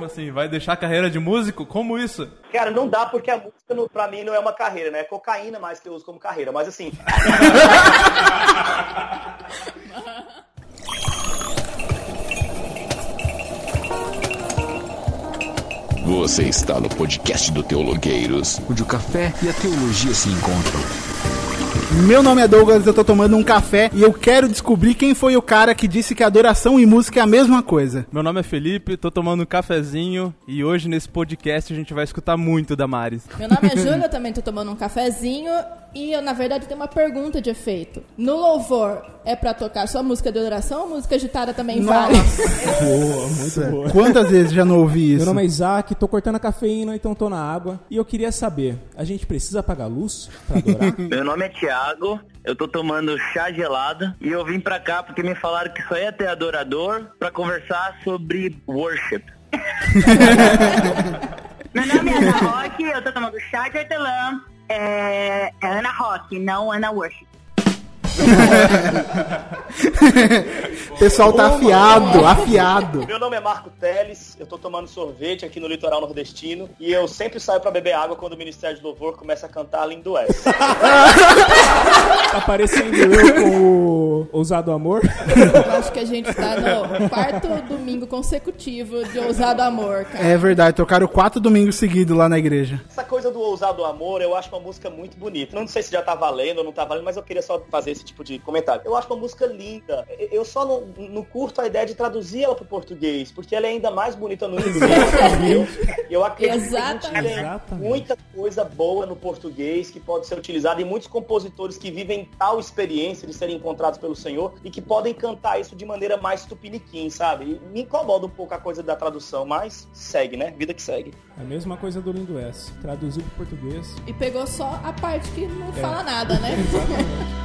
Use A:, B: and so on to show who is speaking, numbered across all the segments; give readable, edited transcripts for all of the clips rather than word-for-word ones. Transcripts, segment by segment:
A: Como assim? Vai deixar a carreira de músico? Como isso?
B: Cara, não dá porque a música, pra mim, não é uma carreira, né? É cocaína mais que eu uso como carreira. Mas assim...
C: Você está no podcast do Teologueiros, onde o café e a teologia se encontram.
D: Meu nome é Douglas, eu tô tomando um café e eu quero descobrir quem foi o cara que disse que adoração e música é a mesma coisa.
A: Meu nome é Felipe, tô tomando um cafezinho e hoje nesse podcast a gente vai escutar muito Damares.
E: Meu nome é Júlia, eu também tô tomando um cafezinho e eu, na verdade, tenho uma pergunta de efeito. No louvor, é pra tocar só música de adoração ou música agitada também vale?
F: Boa, muito boa.
D: Quantas vezes já não ouvi isso?
F: Meu nome é Isaac, tô cortando a cafeína, então tô na água. E eu queria saber, a gente precisa apagar a luz pra adorar?
G: Meu nome é Thiago, eu tô tomando chá gelado e eu vim pra cá porque me falaram que só ia ter adorador pra conversar sobre worship.
H: Meu nome é Ana Roque, eu tô tomando chá de hortelã. É Ana Roque, não Ana Worship.
D: O pessoal tá afiado.
B: Meu nome é Marco Teles, eu tô tomando sorvete aqui no litoral nordestino e eu sempre saio pra beber água quando o Ministério de Louvor começa a cantar Lindo És.
F: Tá parecendo eu com o Ousado Amor?
E: Eu acho que a gente tá no quarto domingo consecutivo de Ousado Amor, cara.
D: É verdade, tocaram 4 domingos seguidos lá na igreja.
B: Essa coisa do Ousado Amor, eu acho uma música muito bonita. Não sei se já tá valendo ou não tá valendo, mas eu queria só fazer esse tipo de comentário. Eu acho uma música linda. Eu só não curto a ideia de traduzir ela pro português, porque ela é ainda mais bonita no inglês. Eu acredito que a gente tem muita coisa boa no português que pode ser utilizada e muitos compositores que vivem tal experiência de serem encontrados pelo Senhor e que podem cantar isso de maneira mais tupiniquim, sabe? E me incomoda um pouco a coisa da tradução, mas segue, né? Vida que segue.
F: A mesma coisa do Lindo S. Traduziu pro português.
E: E pegou só a parte que não fala nada, né?
F: Exatamente.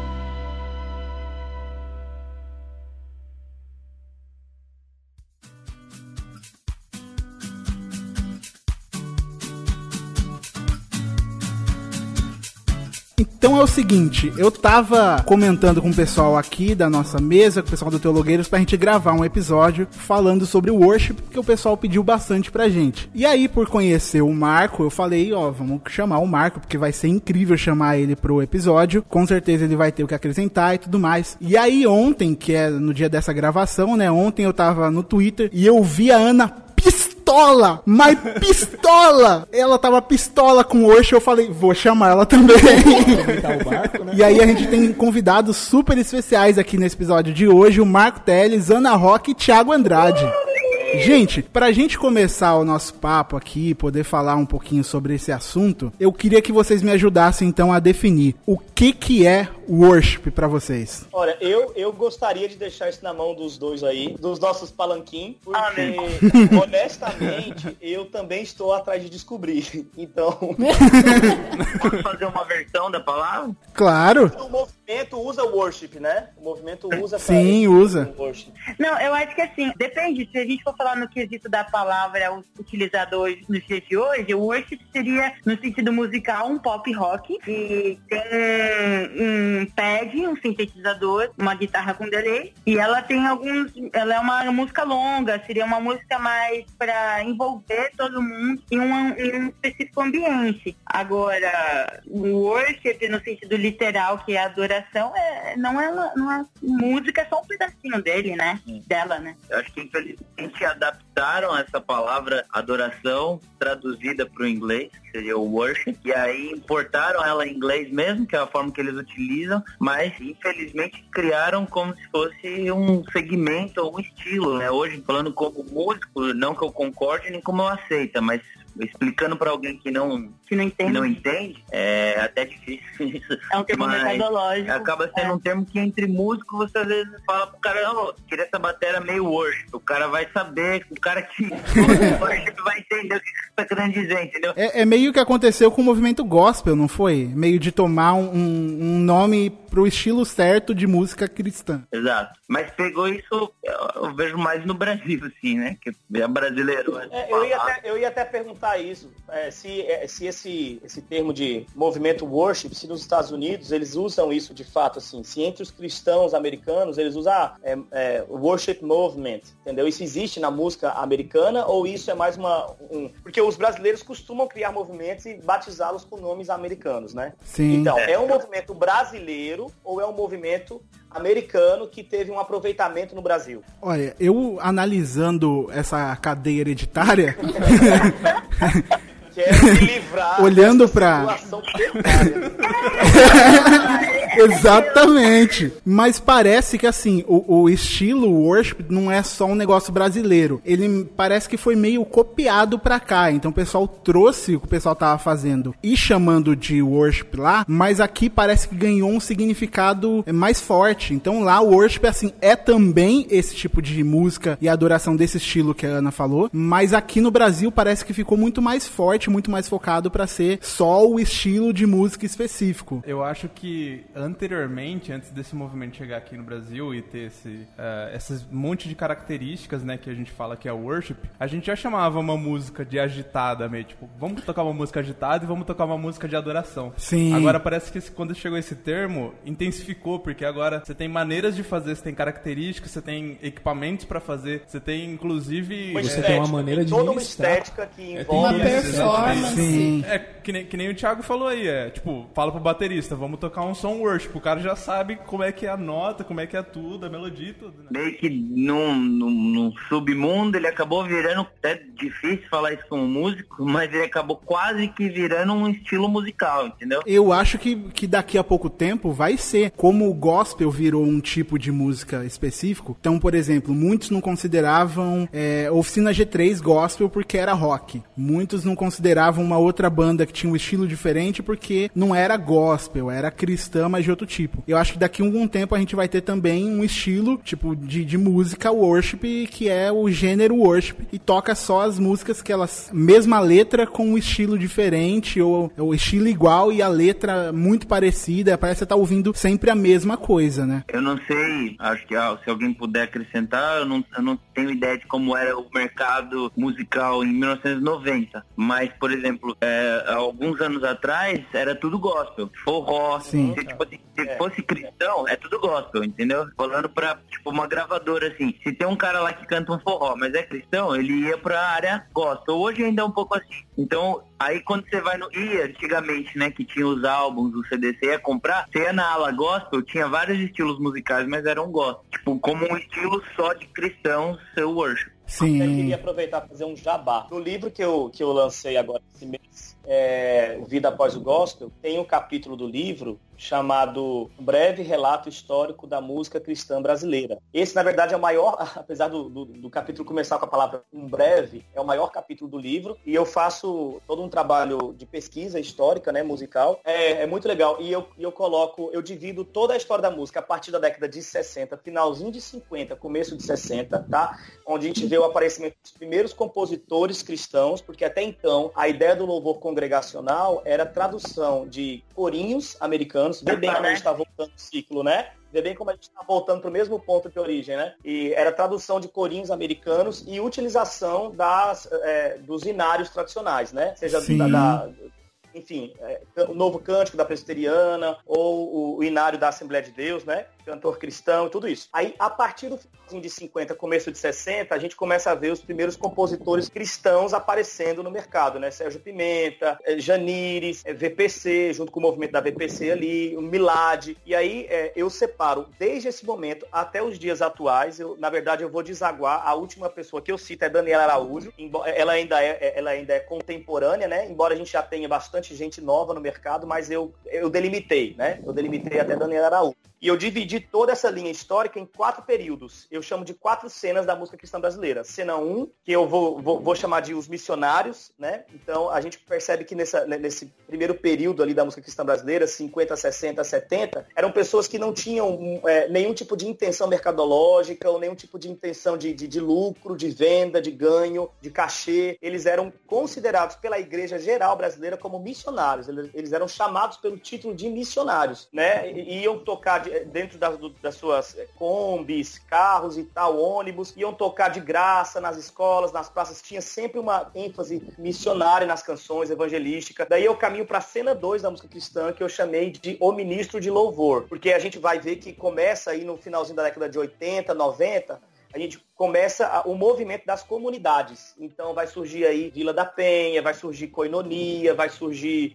D: Então é o seguinte, eu tava comentando com o pessoal aqui da nossa mesa, com o pessoal do Teologueiros, pra gente gravar um episódio falando sobre o worship, que o pessoal pediu bastante pra gente. E aí, por conhecer o Marco, eu falei, vamos chamar o Marco, porque vai ser incrível chamar ele pro episódio. Com certeza ele vai ter o que acrescentar e tudo mais. E aí ontem, que é no dia dessa gravação, né, ontem eu tava no Twitter e eu vi a Ana pistola, mas pistola! Ela tava pistola com o worship, eu falei, vou chamar ela também. E aí a gente tem convidados super especiais aqui nesse episódio de hoje, o Marco Teles, Ana Roque e Thiago Andrade. Gente, pra gente começar o nosso papo aqui, poder falar um pouquinho sobre esse assunto, eu queria que vocês me ajudassem então a definir o que é worship pra vocês.
B: Olha, eu gostaria de deixar isso na mão dos dois aí, dos nossos palanquim, porque honestamente eu também estou atrás de descobrir. Então,
G: posso fazer uma versão da palavra?
D: Claro.
B: O movimento usa worship, né? O movimento usa.
D: Sim, usa.
B: Worship.
H: Não, eu acho que assim, depende. Se a gente for falar no quesito da palavra utilizada hoje, nos dias de hoje, o worship seria, no sentido musical, um pop rock, que tem um pad, um sintetizador, uma guitarra com delay, e ela tem ela é uma música longa, seria uma música mais para envolver todo mundo em um específico ambiente. Agora, o worship, no sentido literal, que é a adoração, não é música, é só um pedacinho dele, né? Dela, né?
G: Eu acho que infelizmente adaptaram essa palavra adoração, traduzida para o inglês, que seria o worship, e aí importaram ela em inglês mesmo, que é a forma que eles utilizam, mas infelizmente criaram como se fosse um segmento ou um estilo, né? Hoje, falando como músico, não que eu concorde nem como eu aceita, mas explicando para alguém que não entende, é até difícil isso.
H: É um termo metodológico.
G: Acaba sendo um termo que entre músicos você às vezes fala pro cara, queria essa bateria meio worship. O cara vai saber, o cara que worship vai entender o que você tá querendo dizer, entendeu?
D: É meio que aconteceu com o movimento gospel, não foi? Meio de tomar um nome pro estilo certo de música cristã.
G: Exato. Mas pegou isso, eu vejo mais no Brasil, assim, né? Que é brasileiro.
B: Eu ia até perguntar isso. Se esse termo de movimento worship, se nos Estados Unidos eles usam isso de fato, assim, se entre os cristãos americanos eles usam worship movement, entendeu? Isso existe na música americana ou isso é mais porque os brasileiros costumam criar movimentos e batizá-los com nomes americanos, né?
D: Sim.
B: Então, é um movimento brasileiro ou é um movimento americano que teve um aproveitamento no Brasil?
D: Olha, eu analisando essa cadeia hereditária...
B: Quero me livrar
D: olhando
B: dessa
D: pra...
B: situação precária.
D: Exatamente. Mas parece que, assim, o estilo worship não é só um negócio brasileiro. Ele parece que foi meio copiado pra cá. Então o pessoal trouxe o que o pessoal tava fazendo e chamando de worship lá, mas aqui parece que ganhou um significado mais forte. Então lá o worship, assim, é também esse tipo de música e adoração desse estilo que a Ana falou, mas aqui no Brasil parece que ficou muito mais forte, muito mais focado pra ser só o estilo de música específico.
A: Eu acho que anteriormente, antes desse movimento chegar aqui no Brasil e ter esses monte de características, né, que a gente fala que é worship, a gente já chamava uma música de agitada, meio tipo, vamos tocar uma música agitada e vamos tocar uma música de adoração.
D: Sim.
A: Agora parece que quando chegou esse termo, intensificou, porque agora você tem maneiras de fazer, você tem características, você tem equipamentos pra fazer, você tem inclusive...
F: Você tem uma maneira de
B: toda
F: ministrar.
B: uma estética que envolve...
E: Uma performance.
D: Sim.
A: Que nem o Thiago falou aí, tipo, fala pro baterista, vamos tocar um som worship, o cara já sabe como é que é a nota, como é que é tudo, a melodia e tudo, né?
G: Meio que num submundo ele acabou virando, é difícil falar isso como músico, mas ele acabou quase que virando um estilo musical, entendeu?
D: Eu acho que daqui a pouco tempo vai ser, como o gospel virou um tipo de música específico. Então, por exemplo, muitos não consideravam Oficina G3 gospel porque era rock. Muitos não consideravam uma outra banda que tinha um estilo diferente porque não era gospel, era cristã, mas de outro tipo. Eu acho que daqui a algum tempo a gente vai ter também um estilo, tipo, de música worship, que é o gênero worship, e toca só as músicas que elas, mesma letra com um estilo diferente, ou o estilo igual e a letra muito parecida, parece que você tá ouvindo sempre a mesma coisa, né?
G: Eu não sei, acho que se alguém puder acrescentar, eu não tenho ideia de como era o mercado musical em 1990, mas, por exemplo, há alguns anos atrás era tudo gospel, forró,
D: Sim.
G: Se fosse cristão, é tudo gospel, entendeu? Falando pra, tipo, uma gravadora, assim, se tem um cara lá que canta um forró, mas é cristão, ele ia pra área gospel. Hoje ainda é um pouco assim. Então, aí quando você vai antigamente, né, que tinha os álbuns, o CD, você ia comprar, você ia na ala gospel, tinha vários estilos musicais, mas eram gospel. Tipo, como um estilo só de cristãos, seu worship.
D: Sim.
B: Eu queria aproveitar para fazer um jabá. No livro que eu lancei agora esse mês, Vida Após o Gospel, tem um capítulo do livro chamado Um Breve Relato Histórico da Música Cristã Brasileira. Esse, na verdade, é o maior, apesar do capítulo começar com a palavra um breve, é o maior capítulo do livro, e eu faço todo um trabalho de pesquisa histórica, né, musical. É muito legal, e eu divido toda a história da música a partir da década de 60, finalzinho de 50, começo de 60, tá? Onde a gente vê o aparecimento dos primeiros compositores cristãos, porque até então a ideia do louvor congregacional era a tradução de corinhos americanos. Vê bem como a gente está voltando o ciclo, né? Vê bem como a gente está voltando para o mesmo ponto de origem, né? E era tradução de corinhos americanos e utilização dos hinários tradicionais, né? Seja enfim, o novo cântico da presbiteriana ou o hinário da Assembleia de Deus, né? Cantor cristão, tudo isso. Aí, a partir do fim de 50, começo de 60, a gente começa a ver os primeiros compositores cristãos aparecendo no mercado, né? Sérgio Pimenta, Janires, VPC, junto com o movimento da VPC ali, o Milad. E aí, eu separo, desde esse momento até os dias atuais, na verdade, eu vou desaguar. A última pessoa que eu cito é Daniela Araújo. Ela ainda é contemporânea, né? Embora a gente já tenha bastante gente nova no mercado, mas eu delimitei, né? Eu delimitei até Daniela Araújo. E eu dividi dividi toda essa linha histórica em 4 períodos. Eu chamo de 4 cenas da música cristã brasileira. Cena 1, que eu vou chamar de os missionários, né? Então, a gente percebe que nesse primeiro período ali da música cristã brasileira, 50, 60, 70, eram pessoas que não tinham nenhum tipo de intenção mercadológica ou nenhum tipo de intenção de lucro, de venda, de ganho, de cachê. Eles eram considerados pela Igreja Geral Brasileira como missionários. Eles eram chamados pelo título de missionários, né? E iam tocar dentro das suas combis, carros e tal, ônibus, iam tocar de graça nas escolas, nas praças. Tinha sempre uma ênfase missionária nas canções, evangelística. Daí eu caminho para a cena 2 da música cristã, que eu chamei de O Ministro de Louvor, porque a gente vai ver que começa aí no finalzinho da década de 80, 90, a gente começa o movimento das comunidades. Então vai surgir aí Vila da Penha, vai surgir Coinonia, vai surgir,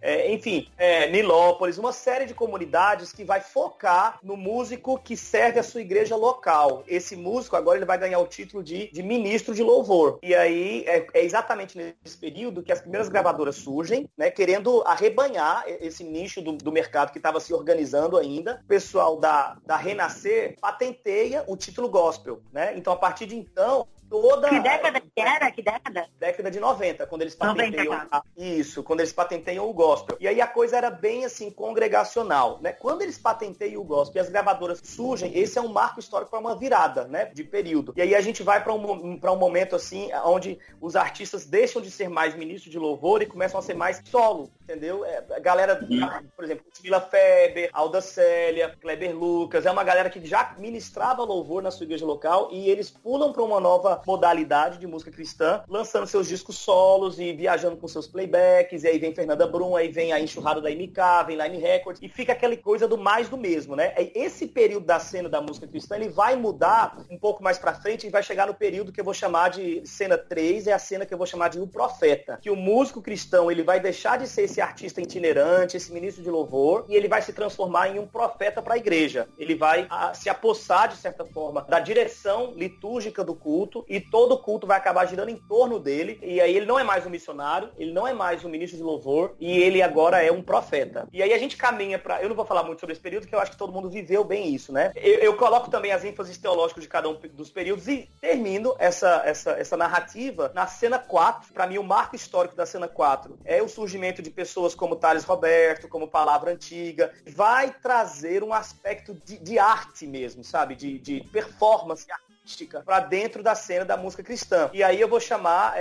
B: Nilópolis, uma série de comunidades que vai focar no músico que serve a sua igreja local. Esse músico agora ele vai ganhar o título de ministro de louvor. E aí é exatamente nesse período que as primeiras gravadoras surgem, né, querendo arrebanhar esse nicho do mercado que estava se organizando ainda. O pessoal da Renascer patenteia o título gospel, né? Então, a partir de então, toda...
H: Que década que era? Que década?
B: Década de 90, quando eles patenteiam... quando eles patenteiam o gospel. E aí a coisa era bem, assim, congregacional, né? Quando eles patenteiam o gospel e as gravadoras surgem, esse é um marco histórico para uma virada, né? De período. E aí a gente vai para um momento, assim, onde os artistas deixam de ser mais ministros de louvor e começam a ser mais solo, entendeu? A galera, por exemplo, Mila Feber, Alda Célia, Kleber Lucas, é uma galera que já ministrava louvor na sua igreja local e eles pulam para uma nova modalidade de música cristã, lançando seus discos solos e viajando com seus playbacks, e aí vem Fernanda Brum, aí vem a enxurrada da MK, vem Line Records, e fica aquela coisa do mais do mesmo, né? Esse período da cena da música cristã, ele vai mudar um pouco mais pra frente e vai chegar no período que eu vou chamar de cena 3, é a cena que eu vou chamar de o profeta, que o músico cristão, ele vai deixar de ser esse artista itinerante, esse ministro de louvor, e ele vai se transformar em um profeta para a igreja. Ele vai se apossar, de certa forma, da direção litúrgica do culto, e todo o culto vai acabar girando em torno dele, e aí ele não é mais um missionário, ele não é mais um ministro de louvor, e ele agora é um profeta. E aí a gente caminha para... Eu não vou falar muito sobre esse período, que eu acho que todo mundo viveu bem isso, né? Eu coloco também as ênfases teológicas de cada um dos períodos e termino essa narrativa na cena 4. Para mim, o marco histórico da cena 4 é o surgimento de pessoas como Thales Roberto, como Palavra Antiga. Vai trazer um aspecto de arte mesmo, sabe? De performance para dentro da cena da música cristã. E aí eu vou chamar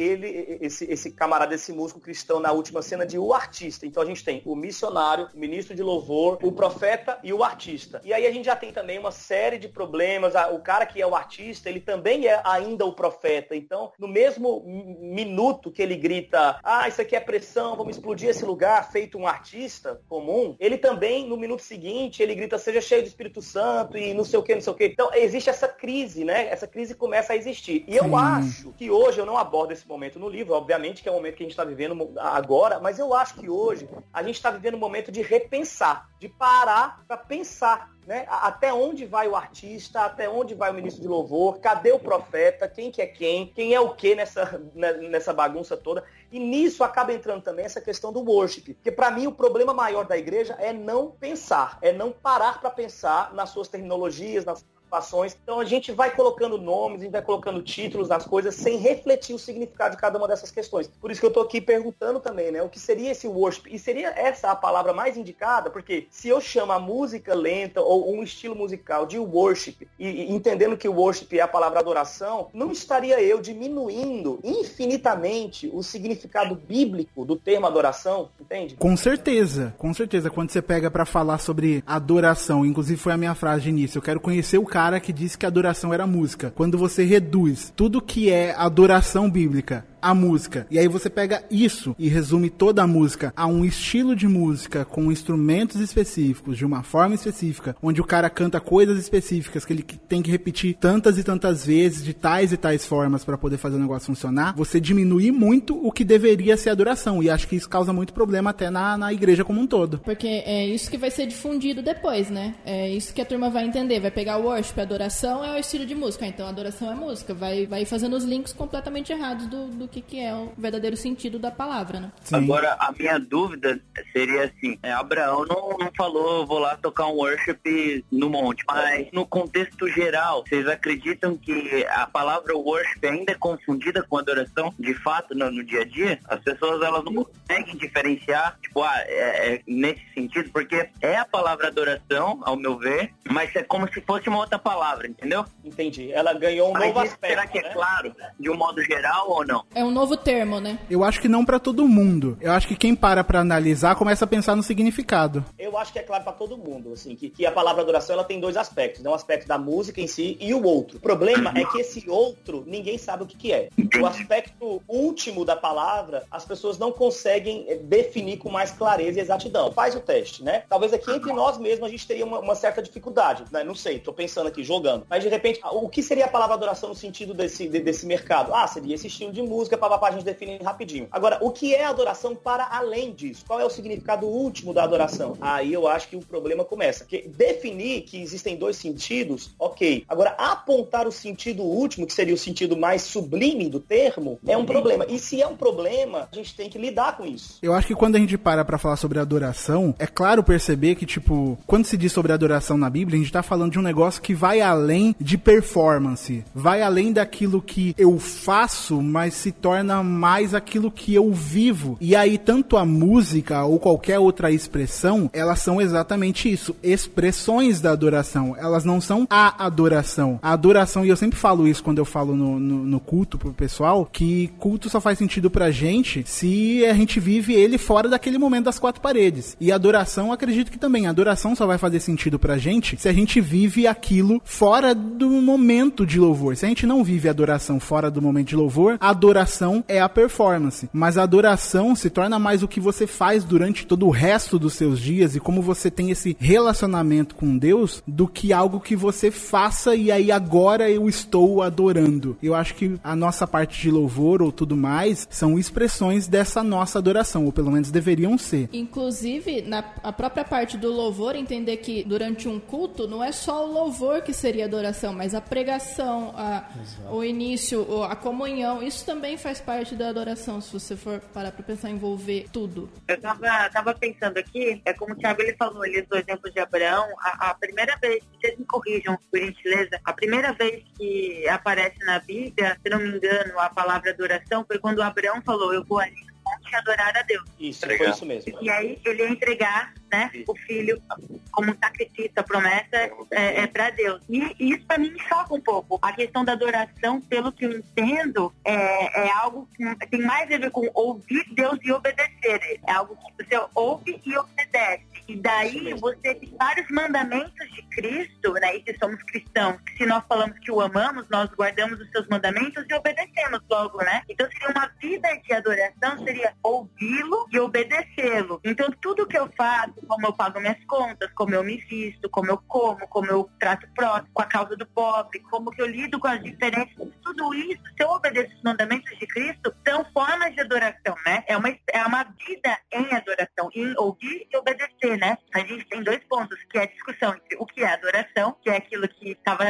B: esse camarada, esse músico cristão na última cena de o artista. Então a gente tem o missionário, o ministro de louvor, o profeta e o artista. E aí a gente já tem também uma série de problemas. O cara que é o artista, ele também é ainda o profeta. Então, no mesmo minuto que ele grita, isso aqui é pressão, vamos explodir esse lugar, feito um artista comum, ele também, no minuto seguinte, ele grita, seja cheio do Espírito Santo e não sei o que, não sei o que. Então, existe essa crise, né? Essa crise começa a existir. E eu acho que hoje, eu não abordo esse momento no livro, obviamente que é o momento que a gente está vivendo agora, mas eu acho que hoje a gente está vivendo um momento de repensar, de parar para pensar, né? Até onde vai o artista, até onde vai o ministro de louvor, cadê o profeta, quem que é quem é o que nessa bagunça toda. E nisso acaba entrando também essa questão do worship, porque para mim o problema maior da igreja é não pensar, é não parar para pensar nas suas terminologias, nas ações. Então a gente vai colocando nomes, a gente vai colocando títulos nas coisas sem refletir o significado de cada uma dessas questões. Por isso que eu tô aqui perguntando também, né, o que seria esse worship? E seria essa a palavra mais indicada? Porque se eu chamo a música lenta ou um estilo musical de worship, e entendendo que o worship é a palavra adoração, não estaria eu diminuindo infinitamente o significado bíblico do termo adoração, entende?
D: Com certeza. Quando você pega pra falar sobre adoração, inclusive foi a minha frase de início, eu quero conhecer o cara que disse que a adoração era música. Quando você reduz tudo que é adoração bíblica a música, e aí você pega isso e resume toda a música a um estilo de música com instrumentos específicos, de uma forma específica, onde o cara canta coisas específicas que ele tem que repetir tantas e tantas vezes, de tais e tais formas para poder fazer o negócio funcionar, você diminui muito o que deveria ser adoração, e acho que isso causa muito problema até na igreja como um todo.
E: Porque é isso que vai ser difundido depois, né? É isso que a turma vai entender, vai pegar o worship, a adoração é o estilo de música, então a adoração é música, vai fazendo os links completamente errados do que é o verdadeiro sentido da palavra, né?
D: Sim.
G: Agora, a minha dúvida seria assim, Abraão não falou, vou lá tocar um worship no monte, mas no contexto geral, vocês acreditam que a palavra worship ainda é confundida com adoração? De fato, no dia a dia, as pessoas elas não conseguem diferenciar, tipo, nesse sentido, porque é a palavra adoração, ao meu ver, mas é como se fosse uma outra palavra, entendeu?
B: Entendi. Ela ganhou um novo aspecto.
G: Será que é claro, de um modo geral ou não?
E: É um novo termo, né?
D: Eu acho que não pra todo mundo. Eu acho que quem para pra analisar começa a pensar no significado.
B: Eu acho que é claro pra todo mundo, assim, que a palavra adoração ela tem dois aspectos, né? Um aspecto da música em si e o outro. O problema é que esse outro, ninguém sabe o que é. O aspecto último da palavra, as pessoas não conseguem definir com mais clareza e exatidão. Faz o teste, né? Talvez aqui entre nós mesmos a gente teria uma certa dificuldade, né? Não sei, tô pensando aqui, jogando. Mas de repente, o que seria a palavra adoração no sentido desse mercado? Seria esse estilo de música, a gente define rapidinho. Agora, o que é adoração para além disso? Qual é o significado último da adoração? Aí eu acho que o problema começa. Porque definir que existem dois sentidos, ok. Agora, apontar o sentido último, que seria o sentido mais sublime do termo, é um problema. E se é um problema, a gente tem que lidar com isso.
D: Eu acho que quando a gente para falar sobre adoração, é claro perceber que, tipo, quando se diz sobre adoração na Bíblia, a gente tá falando de um negócio que vai além de performance. Vai além daquilo que eu faço, mas se torna mais aquilo que eu vivo. E aí, tanto a música ou qualquer outra expressão, elas são exatamente isso. Expressões da adoração. Elas não são a adoração. A adoração, e eu sempre falo isso quando eu falo no culto pro pessoal, que culto só faz sentido pra gente se a gente vive ele fora daquele momento das quatro paredes. E adoração, acredito que também. A adoração só vai fazer sentido pra gente se a gente vive aquilo fora do momento de louvor. Se a gente não vive a adoração fora do momento de louvor, a adoração é a performance. Mas a adoração se torna mais o que você faz durante todo o resto dos seus dias e como você tem esse relacionamento com Deus do que algo que você faça e aí agora eu estou adorando. Eu acho que a nossa parte de louvor ou tudo mais são expressões dessa nossa adoração, ou pelo menos deveriam ser.
E: Inclusive, a própria parte do louvor, entender que durante um culto não é só o louvor que seria adoração, mas a pregação, o início, a comunhão, isso também faz parte da adoração, se você for parar pra pensar em envolver tudo.
H: Eu tava pensando aqui, como o Thiago ele falou ali do exemplo de Abraão, a primeira vez, vocês me corrijam por gentileza, a primeira vez que aparece na Bíblia, se não me engano, a palavra adoração foi quando Abraão falou, eu vou ali e adorar a Deus.
B: Isso, foi isso mesmo.
H: E aí ele ia entregar, né, o filho como um sacrifício, a promessa é para Deus. E isso para mim me choca um pouco. A questão da adoração, pelo que eu entendo, é algo que tem mais a ver com ouvir Deus e obedecer. É algo que você ouve e obedece. E daí você tem vários mandamentos de Cristo, né, e se somos cristãos, se nós falamos que o amamos, nós guardamos os seus mandamentos e obedecemos logo, né? Então seria uma vida de adoração, seria ouvi-lo e obedecê-lo. Então tudo que eu faço, como eu pago minhas contas, como eu me visto, como eu como, como eu trato o próximo, com a causa do pobre, como que eu lido com as diferenças, tudo isso, se eu obedeço os mandamentos de Cristo, são formas de adoração, né? É uma vida em adoração, em ouvir e obedecer, né? A gente tem dois pontos, que é a discussão entre o que é adoração, que é aquilo que estava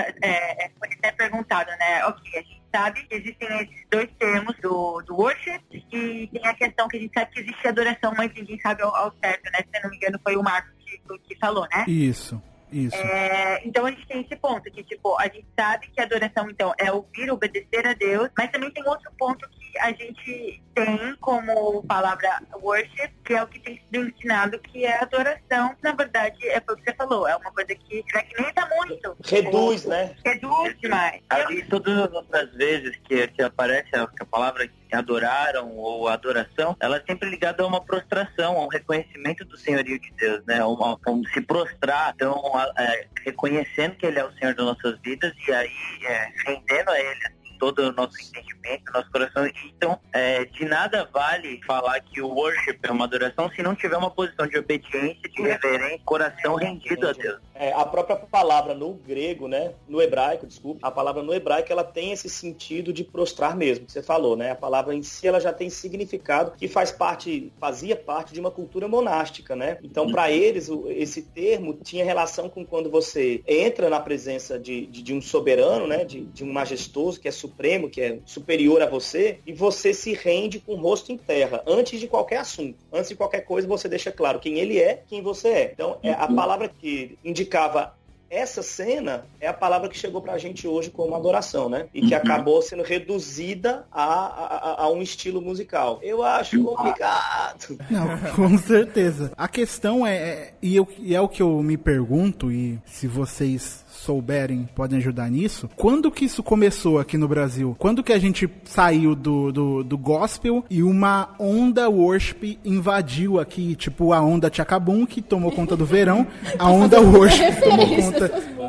H: até perguntado, né? Ok, a gente sabe que existem esses dois termos do worship e tem a questão que a gente sabe que existe adoração, mas ninguém sabe ao certo, né? Se não me engano, foi o Marcos que falou, né?
D: Isso.
H: Então a gente tem esse ponto, que tipo, a gente sabe que a adoração, então, é ouvir, obedecer a Deus, mas também tem outro ponto que a gente tem como palavra worship, que é o que tem sido ensinado, que é a adoração. Na verdade, foi o que você falou, é uma coisa que fragmenta muito.
B: Reduz, né?
H: Reduz demais.
G: E todas as outras vezes que aparece a palavra que adoraram ou adoração, ela é sempre ligada a uma prostração, a um reconhecimento do senhorio de Deus, né? Como se prostrar, então reconhecendo que Ele é o Senhor das nossas vidas e aí rendendo a Ele assim, todo o nosso entendimento, nosso coração. Então, de nada vale falar que o worship é uma adoração se não tiver uma posição de obediência, de reverência, coração rendido a Deus.
B: A própria palavra no grego, né? No hebraico, desculpa. A palavra no hebraico, ela tem esse sentido de prostrar mesmo, que você falou, né? A palavra em si, ela já tem significado que fazia parte de uma cultura monástica, né? Então, para eles, esse termo tinha relação com quando você entra na presença de um soberano, né? De um majestoso, que é supremo, que é superior a você, e você se rende com o rosto em terra, antes de qualquer assunto. Antes de qualquer coisa, você deixa claro quem ele é, quem você é. Então, a palavra que indicava essa cena é a palavra que chegou pra gente hoje como adoração, né? E que acabou sendo reduzida a um estilo musical. Eu acho complicado.
D: Não, com certeza. A questão é o que eu me pergunto, e se vocês souberem, podem ajudar nisso. Quando que isso começou aqui no Brasil? Quando que a gente saiu do gospel e uma onda worship invadiu aqui, tipo a onda Tchacabum, que tomou conta do verão, a onda worship tomou conta...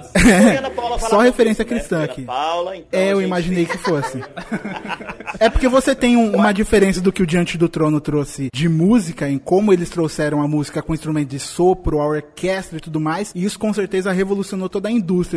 D: Só referência cristã aqui.
B: Paula, então
D: eu imaginei que fosse. É porque você tem uma diferença do que o Diante do Trono trouxe de música, em como eles trouxeram a música com instrumento de sopro, a orquestra e tudo mais, e isso com certeza revolucionou toda a indústria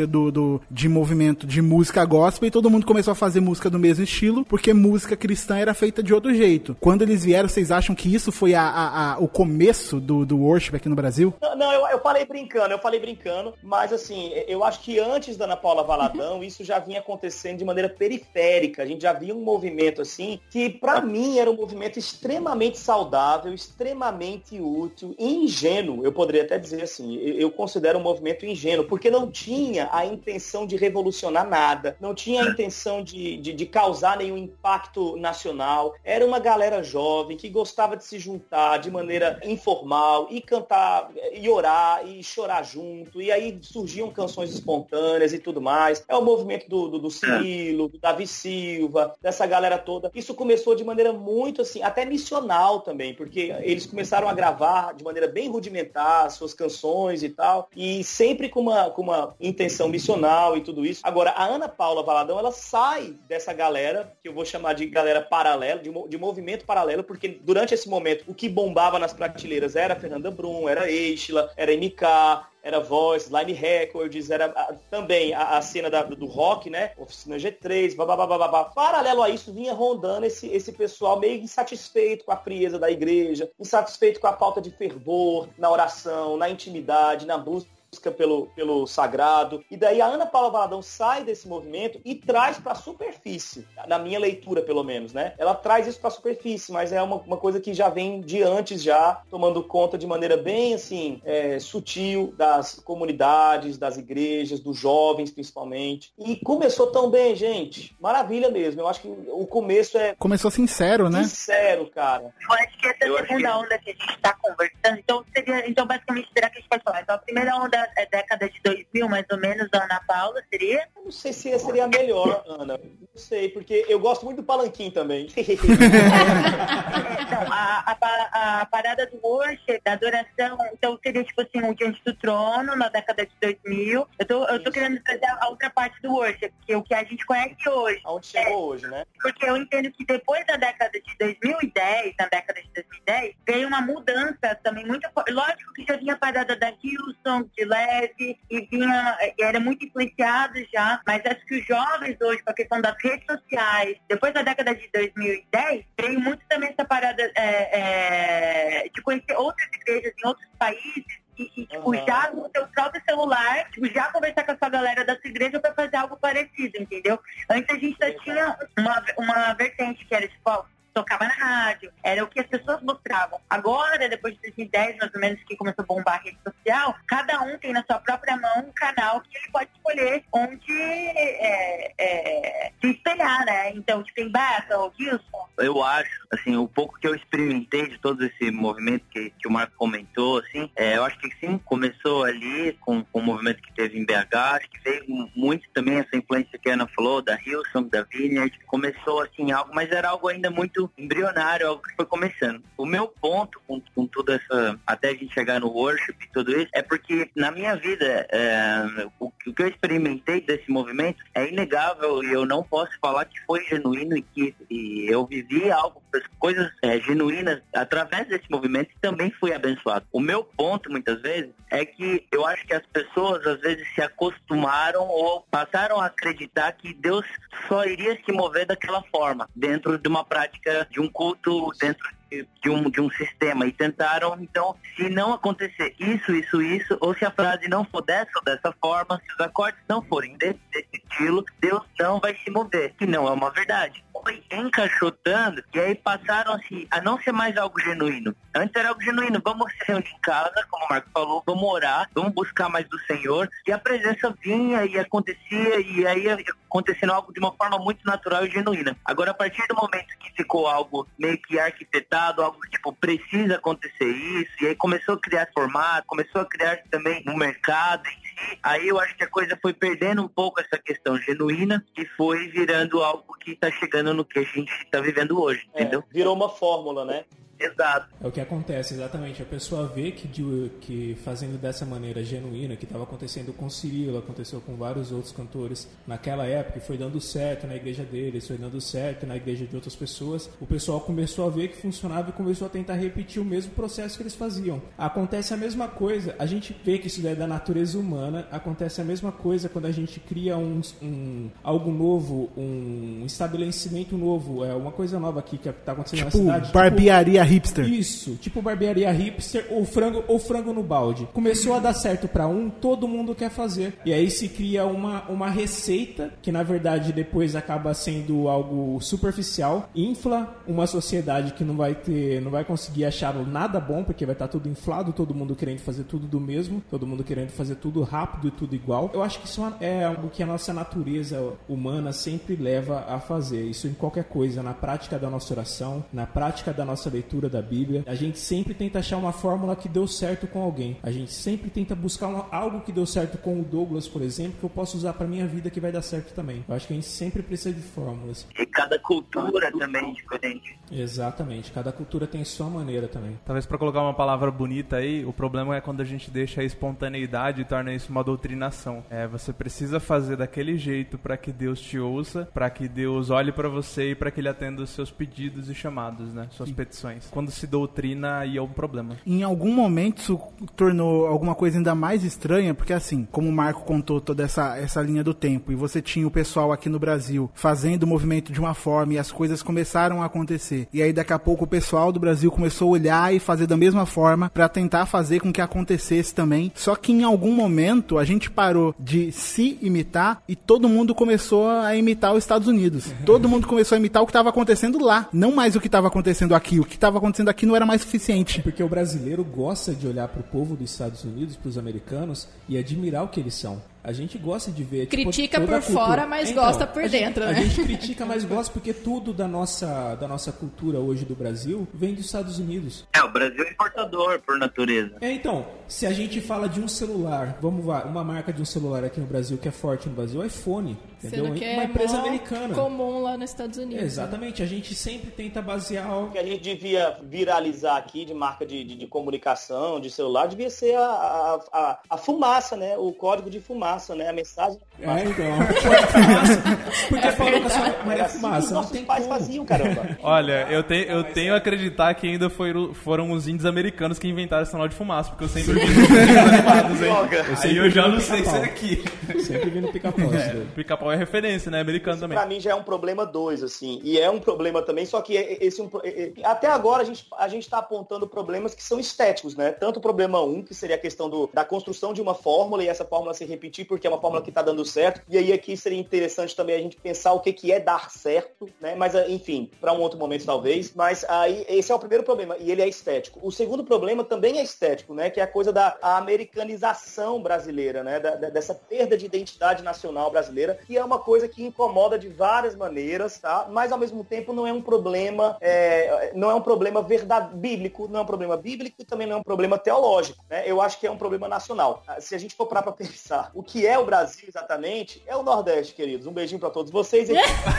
D: de movimento de música gospel, e todo mundo começou a fazer música do mesmo estilo, porque música cristã era feita de outro jeito. Quando eles vieram, vocês acham que isso foi o começo do worship aqui no Brasil?
B: Não, eu falei brincando, mas assim, eu acho que antes da Ana Paula Valadão, isso já vinha acontecendo de maneira periférica. A gente já via um movimento assim, que pra mim era um movimento extremamente saudável, extremamente útil, ingênuo, eu poderia até dizer assim. Eu considero um movimento ingênuo, porque não tinha a intenção de revolucionar nada, não tinha a intenção de causar nenhum impacto nacional. Era uma galera jovem que gostava de se juntar de maneira informal e cantar, e orar, e chorar junto, e aí surgiam canções espontâneas e tudo mais. É o movimento do Cirilo, do Davi Silva, dessa galera toda. Isso começou de maneira muito assim, até missional também, porque eles começaram a gravar de maneira bem rudimentar suas canções e tal, e sempre com uma intenção missional e tudo isso. Agora, a Ana Paula Valadão, ela sai dessa galera, que eu vou chamar de galera paralela, de movimento paralelo, porque durante esse momento, o que bombava nas prateleiras era Fernanda Brum, era Eichla, era MK, era Voice, Line Records, era também a cena do rock, né? Oficina G3, babá. Paralelo a isso, vinha rondando esse pessoal meio insatisfeito com a frieza da igreja, insatisfeito com a falta de fervor na oração, na intimidade, na busca pelo sagrado. E daí a Ana Paula Valadão sai desse movimento e traz pra superfície, na minha leitura pelo menos, né? Ela traz isso pra superfície, mas é uma coisa que já vem de antes, já tomando conta de maneira bem assim, sutil das comunidades, das igrejas, dos jovens principalmente. E começou tão bem, gente. Maravilha mesmo. Eu acho que o começo
D: começou sincero, né?
B: Sincero, cara.
H: Eu acho que essa segunda onda que a gente tá conversando, então basicamente será que a gente pode falar? Então a primeira onda é década de 2000, mais ou menos, da Ana Paula, seria?
B: Eu não sei se seria a melhor, Ana. Não sei, porque eu gosto muito do Palanquim também.
H: Então, a parada do worship, da adoração, então seria tipo assim, o Diante do Trono, na década de 2000. Eu tô querendo trazer a outra parte do worship, que é o que a gente conhece hoje.
B: Aonde chegou hoje, né?
H: Porque eu entendo que depois da década de 2010, na década de 2010, veio uma mudança também muito forte. Lógico que já vinha a parada da Hillsong, de leve, e era muito influenciado já, mas acho que os jovens hoje, com a questão das redes sociais, depois da década de 2010, veio muito também essa parada de conhecer outras igrejas em outros países, e tipo, já no seu próprio celular, tipo, já conversar com a sua galera da sua igreja pra fazer algo parecido, entendeu? Antes a gente já tinha uma vertente que era tipo, tocava na rádio, era o que as pessoas mostravam. Agora, depois de 2010, mais ou menos, que começou a bombar a rede social, cada um tem na sua própria mão um canal que ele pode escolher onde se espelhar, né? Então, tipo, tem Bethel, Gilson.
G: Eu acho, assim, o pouco que eu experimentei de todo esse movimento que o Marco comentou, assim, eu acho que sim, começou ali com o movimento que teve em BH, acho que veio muito também essa influência que a Ana falou, da Hillsong, da Vineyard, começou assim, algo, mas era algo ainda muito muito embrionário, algo que foi começando. O meu ponto com tudo essa, até a gente chegar no worship e tudo isso, é porque na minha vida, o que eu experimentei desse movimento é inegável e eu não posso falar que foi genuíno e eu vivi algo, coisas genuínas através desse movimento e também fui abençoado. O meu ponto, muitas vezes, é que eu acho que as pessoas, às vezes, se acostumaram ou passaram a acreditar que Deus só iria se mover daquela forma, dentro de uma prática, de um culto, dentro de um sistema, e tentaram, então, se não acontecer isso, ou se a frase não for dessa ou dessa forma, se os acordes não forem desse estilo, Deus não vai se mover, que não é uma verdade. Foi encaixotando, e aí passaram assim, a não ser mais algo genuíno. Antes era algo genuíno, vamos se reunir em casa, como o Marco falou, vamos orar, vamos buscar mais do Senhor, e a presença vinha e acontecia, e aí acontecendo algo de uma forma muito natural e genuína. Agora, a partir do momento que ficou algo meio que arquitetado, algo que, tipo, precisa acontecer isso, e aí começou a criar formato, começou a criar também um mercado em si, aí eu acho que a coisa foi perdendo um pouco essa questão genuína e foi virando algo que está chegando no que a gente está vivendo hoje, entendeu?
B: Virou uma fórmula, né?
G: Exato.
F: É o que acontece, exatamente. A pessoa vê que fazendo dessa maneira genuína, que estava acontecendo com Cirilo, aconteceu com vários outros cantores naquela época, e foi dando certo na igreja deles, foi dando certo na igreja de outras pessoas, o pessoal começou a ver que funcionava e começou a tentar repetir o mesmo processo que eles faziam. Acontece a mesma coisa, a gente vê que isso é da natureza humana, acontece a mesma coisa quando a gente cria algo novo, um estabelecimento novo, uma coisa nova aqui que está acontecendo na cidade.
D: Barbearia hipster.
F: Isso, tipo barbearia hipster ou frango no balde. Começou a dar certo pra todo mundo quer fazer. E aí se cria uma receita que na verdade depois acaba sendo algo superficial, infla uma sociedade que não vai conseguir achar nada bom, porque vai estar tudo inflado, todo mundo querendo fazer tudo do mesmo, todo mundo querendo fazer tudo rápido e tudo igual. Eu acho que isso é algo que a nossa natureza humana sempre leva a fazer. Isso em qualquer coisa, na prática da nossa oração, na prática da nossa leitura da Bíblia. A gente sempre tenta achar uma fórmula que deu certo com alguém. A gente sempre tenta buscar algo que deu certo com o Douglas, por exemplo, que eu posso usar pra minha vida que vai dar certo também. Eu acho que a gente sempre precisa de fórmulas.
G: E cada cultura também é diferente.
F: Exatamente. Cada cultura tem sua maneira também.
A: Talvez pra colocar uma palavra bonita aí, o problema é quando a gente deixa a espontaneidade e torna isso uma doutrinação. Você precisa fazer daquele jeito pra que Deus te ouça, pra que Deus olhe pra você e pra que Ele atenda os seus pedidos e chamados, né? Suas petições. Quando se doutrina, aí é um problema.
D: Em algum momento isso tornou alguma coisa ainda mais estranha, porque assim, como o Marco contou toda essa linha do tempo, e você tinha o pessoal aqui no Brasil fazendo o movimento de uma forma e as coisas começaram a acontecer. E aí daqui a pouco o pessoal do Brasil começou a olhar e fazer da mesma forma pra tentar fazer com que acontecesse também. Só que em algum momento a gente parou de se imitar e todo mundo começou a imitar os Estados Unidos. Todo mundo começou a imitar o que estava acontecendo lá, não mais o que estava acontecendo aqui. O que estava acontecendo aqui não era mais suficiente.
F: Porque o brasileiro gosta de olhar pro povo dos Estados Unidos, pros americanos, e admirar o que eles são. A gente gosta de ver...
E: Critica por fora, mas gosta por dentro, né?
F: A gente critica, mas gosta porque tudo da nossa cultura hoje do Brasil vem dos Estados Unidos.
G: O Brasil é importador por natureza.
F: Então, se a gente fala de um celular, vamos lá, uma marca de um celular aqui no Brasil que é forte no Brasil, é iPhone. Entendeu?
E: Sendo que
F: uma empresa americana.
E: Comum lá nos Estados Unidos.
F: Exatamente, a gente sempre tenta basear
B: o que a gente devia viralizar aqui de marca de comunicação, de celular, devia ser a fumaça, né? O código de fumaça, né? A mensagem.
F: Porque falou que a sua mãe é fumaça.
B: Nossos pais faziam, caramba.
A: Olha, eu tenho a acreditar que ainda foram os índios americanos que inventaram esse sinal de fumaça, porque eu sempre vi nos animados, hein? Aí eu já não sei se é aqui.
F: Sempre vi no Pica-Pau.
A: Pica-Pau é referência, né? Americano também.
B: Pra mim já é um problema 2, assim. E é um problema também, só que até agora a gente tá apontando problemas que são estéticos, né? Tanto o problema 1, que seria a questão da construção de uma fórmula e essa fórmula se repetir porque é uma fórmula que tá dando certo. E aí aqui seria interessante também a gente pensar o que é dar certo, né? Mas, enfim, pra um outro momento talvez. Mas aí esse é o primeiro problema e ele é estético. O segundo problema também é estético, né? Que é a coisa da americanização brasileira, né? Dessa perda de identidade nacional brasileira, que é uma coisa que incomoda de várias maneiras, tá? Mas ao mesmo tempo não é um problema bíblico, não é um problema bíblico e também não é um problema teológico, né? Eu acho que é um problema nacional. Se a gente for parar pra pensar, o que é o Brasil exatamente é o Nordeste, queridos. Um beijinho pra todos vocês.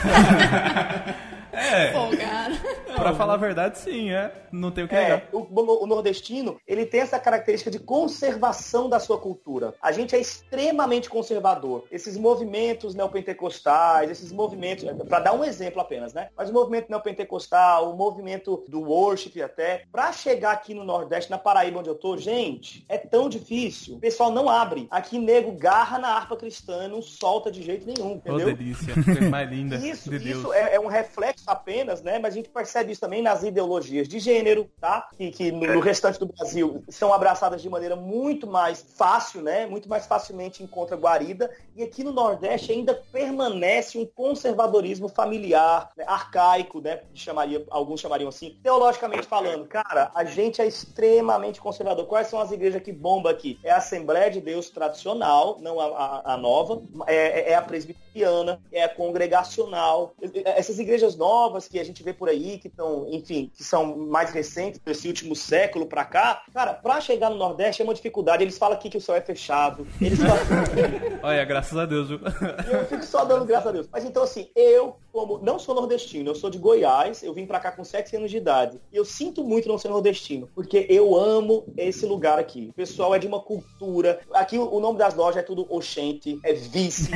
A: Pra falar a verdade, sim, não tem o que negar.
B: O nordestino, ele tem essa característica de conservação da sua cultura. A gente é extremamente conservador. Esses movimentos neopentecostais, esses movimentos, pra dar um exemplo apenas, né? Mas o movimento neopentecostal, o movimento do worship até, pra chegar aqui no Nordeste, na Paraíba onde eu tô, gente, é tão difícil. O pessoal não abre. Aqui, nego, garra na harpa cristã, não solta de jeito nenhum, entendeu?
A: Ô, delícia. Coisa mais linda.
B: Isso é um reflexo apenas, né? Mas a gente percebe isso também nas ideologias de gênero, tá? Que no restante do Brasil são abraçadas de maneira muito mais fácil, né? Muito mais facilmente encontra guarida. E aqui no Nordeste ainda permanece um conservadorismo familiar, né? Arcaico, né? Alguns chamariam assim. Teologicamente falando, cara, a gente é extremamente conservador. Quais são as igrejas que bombam aqui? É a Assembleia de Deus tradicional, não a nova. É a presbiteriana, é a congregacional. Essas igrejas novas que a gente vê por aí, que estão, enfim, que são mais recentes, desse último século pra cá, cara, pra chegar no Nordeste é uma dificuldade. Eles falam aqui que o céu é fechado. Eles falam...
A: Olha, graças a Deus, viu?
B: Eu fico só dando graças a Deus. Mas então, assim, eu, como não sou nordestino, eu sou de Goiás, eu vim pra cá com 7 anos de idade. E eu sinto muito não ser nordestino, porque eu amo esse lugar aqui. O pessoal é de uma cultura. Aqui o nome das lojas é tudo Oxente, é Vice.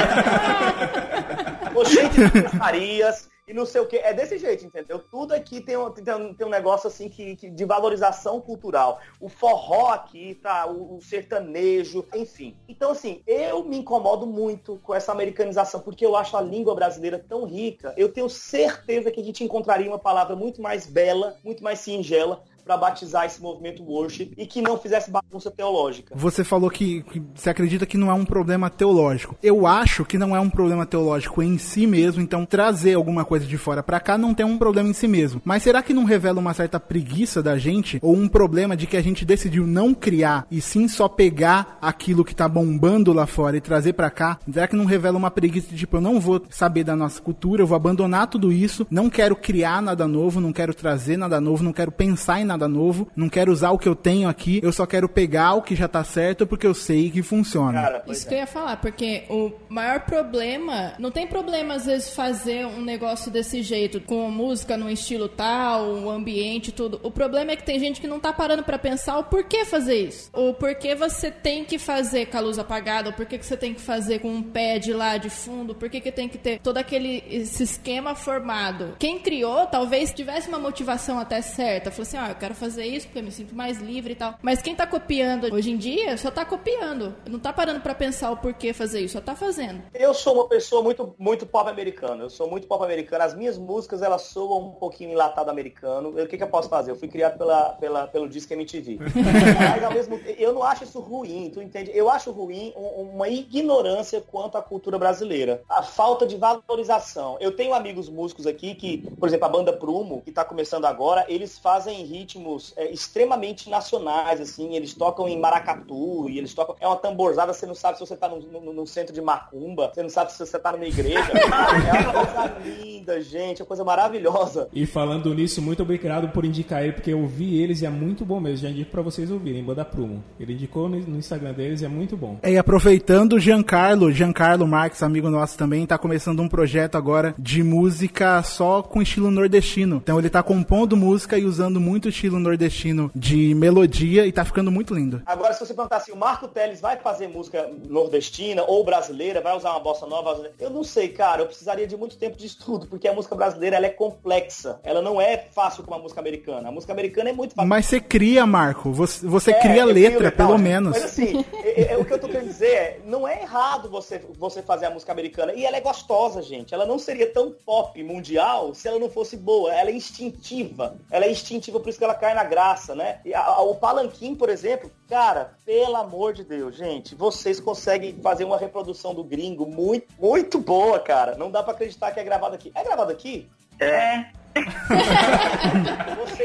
B: Oxente de Pizzarias. E não sei o que, é desse jeito, entendeu? Tudo aqui tem um negócio assim de valorização cultural. O forró aqui, tá? O sertanejo, enfim. Então, assim, eu me incomodo muito com essa americanização, porque eu acho a língua brasileira tão rica. Eu tenho certeza que a gente encontraria uma palavra muito mais bela, muito mais singela, para batizar esse movimento worship e que não fizesse bagunça teológica.
D: Você falou que você acredita que não é um problema teológico. Eu acho que não é um problema teológico em si mesmo, então trazer alguma coisa de fora para cá não tem um problema em si mesmo. Mas será que não revela uma certa preguiça da gente? Ou um problema de que a gente decidiu não criar e sim só pegar aquilo que tá bombando lá fora e trazer para cá? Será que não revela uma preguiça de tipo, eu não vou saber da nossa cultura, eu vou abandonar tudo isso, não quero criar nada novo, não quero trazer nada novo, não quero pensar em nada novo, não quero usar o que eu tenho aqui, eu só quero pegar o que já tá certo porque eu sei que funciona.
B: Cara,
E: isso que eu ia falar, porque o maior problema, não tem problema às vezes fazer um negócio desse jeito, com música num estilo tal, o ambiente, tudo. O problema é que tem gente que não tá parando pra pensar o porquê fazer isso. O porquê você tem que fazer com a luz apagada, o porquê que você tem que fazer com um pad lá de fundo, por que tem que ter todo esse esquema formado. Quem criou, talvez tivesse uma motivação até certa, falou assim, eu quero fazer isso porque eu me sinto mais livre e tal. Mas quem tá copiando hoje em dia só tá copiando. Não tá parando pra pensar o porquê fazer isso, só tá fazendo.
B: Eu sou uma pessoa muito, muito pop americana. Eu sou muito pop americana. As minhas músicas, elas soam um pouquinho enlatado americano. O que eu posso fazer? Eu fui criado pelo Disque MTV. Mas ao mesmo tempo, eu não acho isso ruim, tu entende? Eu acho ruim uma ignorância quanto à cultura brasileira. A falta de valorização. Eu tenho amigos músicos aqui que, por exemplo, a banda Prumo, que tá começando agora, eles fazem ritmos extremamente nacionais, assim, eles tocam em maracatu, e eles tocam, é uma tamborzada, você não sabe se você tá no centro de macumba, você não sabe se você tá numa igreja, é uma coisa linda, gente, é uma coisa maravilhosa.
F: E falando nisso, muito obrigado por indicar ele, porque eu ouvi eles e é muito bom mesmo, já indico pra vocês ouvirem, Banda Prumo, ele indicou no Instagram deles, é muito bom.
D: E aproveitando, o Giancarlo Marques, amigo nosso também, tá começando um projeto agora de música só com estilo nordestino, então ele tá compondo música e usando muito estilo nordestino de melodia e tá ficando muito lindo.
B: Agora, se você perguntar assim, o Marco Teles vai fazer música nordestina ou brasileira, vai usar uma bossa nova? Eu não sei, cara, eu precisaria de muito tempo de estudo, porque a música brasileira, ela é complexa, ela não é fácil como a música americana. A música americana é muito fácil.
D: Mas você cria, Marco, você cria letra, pelo menos.
B: Mas assim, o que eu tô querendo dizer é, não é errado você fazer a música americana, e ela é gostosa, gente. Ela não seria tão pop mundial se ela não fosse boa. Ela é instintiva, por isso que ela cai na graça, né? E o Palanquim, por exemplo, cara, pelo amor de Deus, gente, vocês conseguem fazer uma reprodução do gringo muito, muito boa, cara. Não dá pra acreditar que é gravado aqui. É gravado aqui?
H: É.
B: Vocês têm uma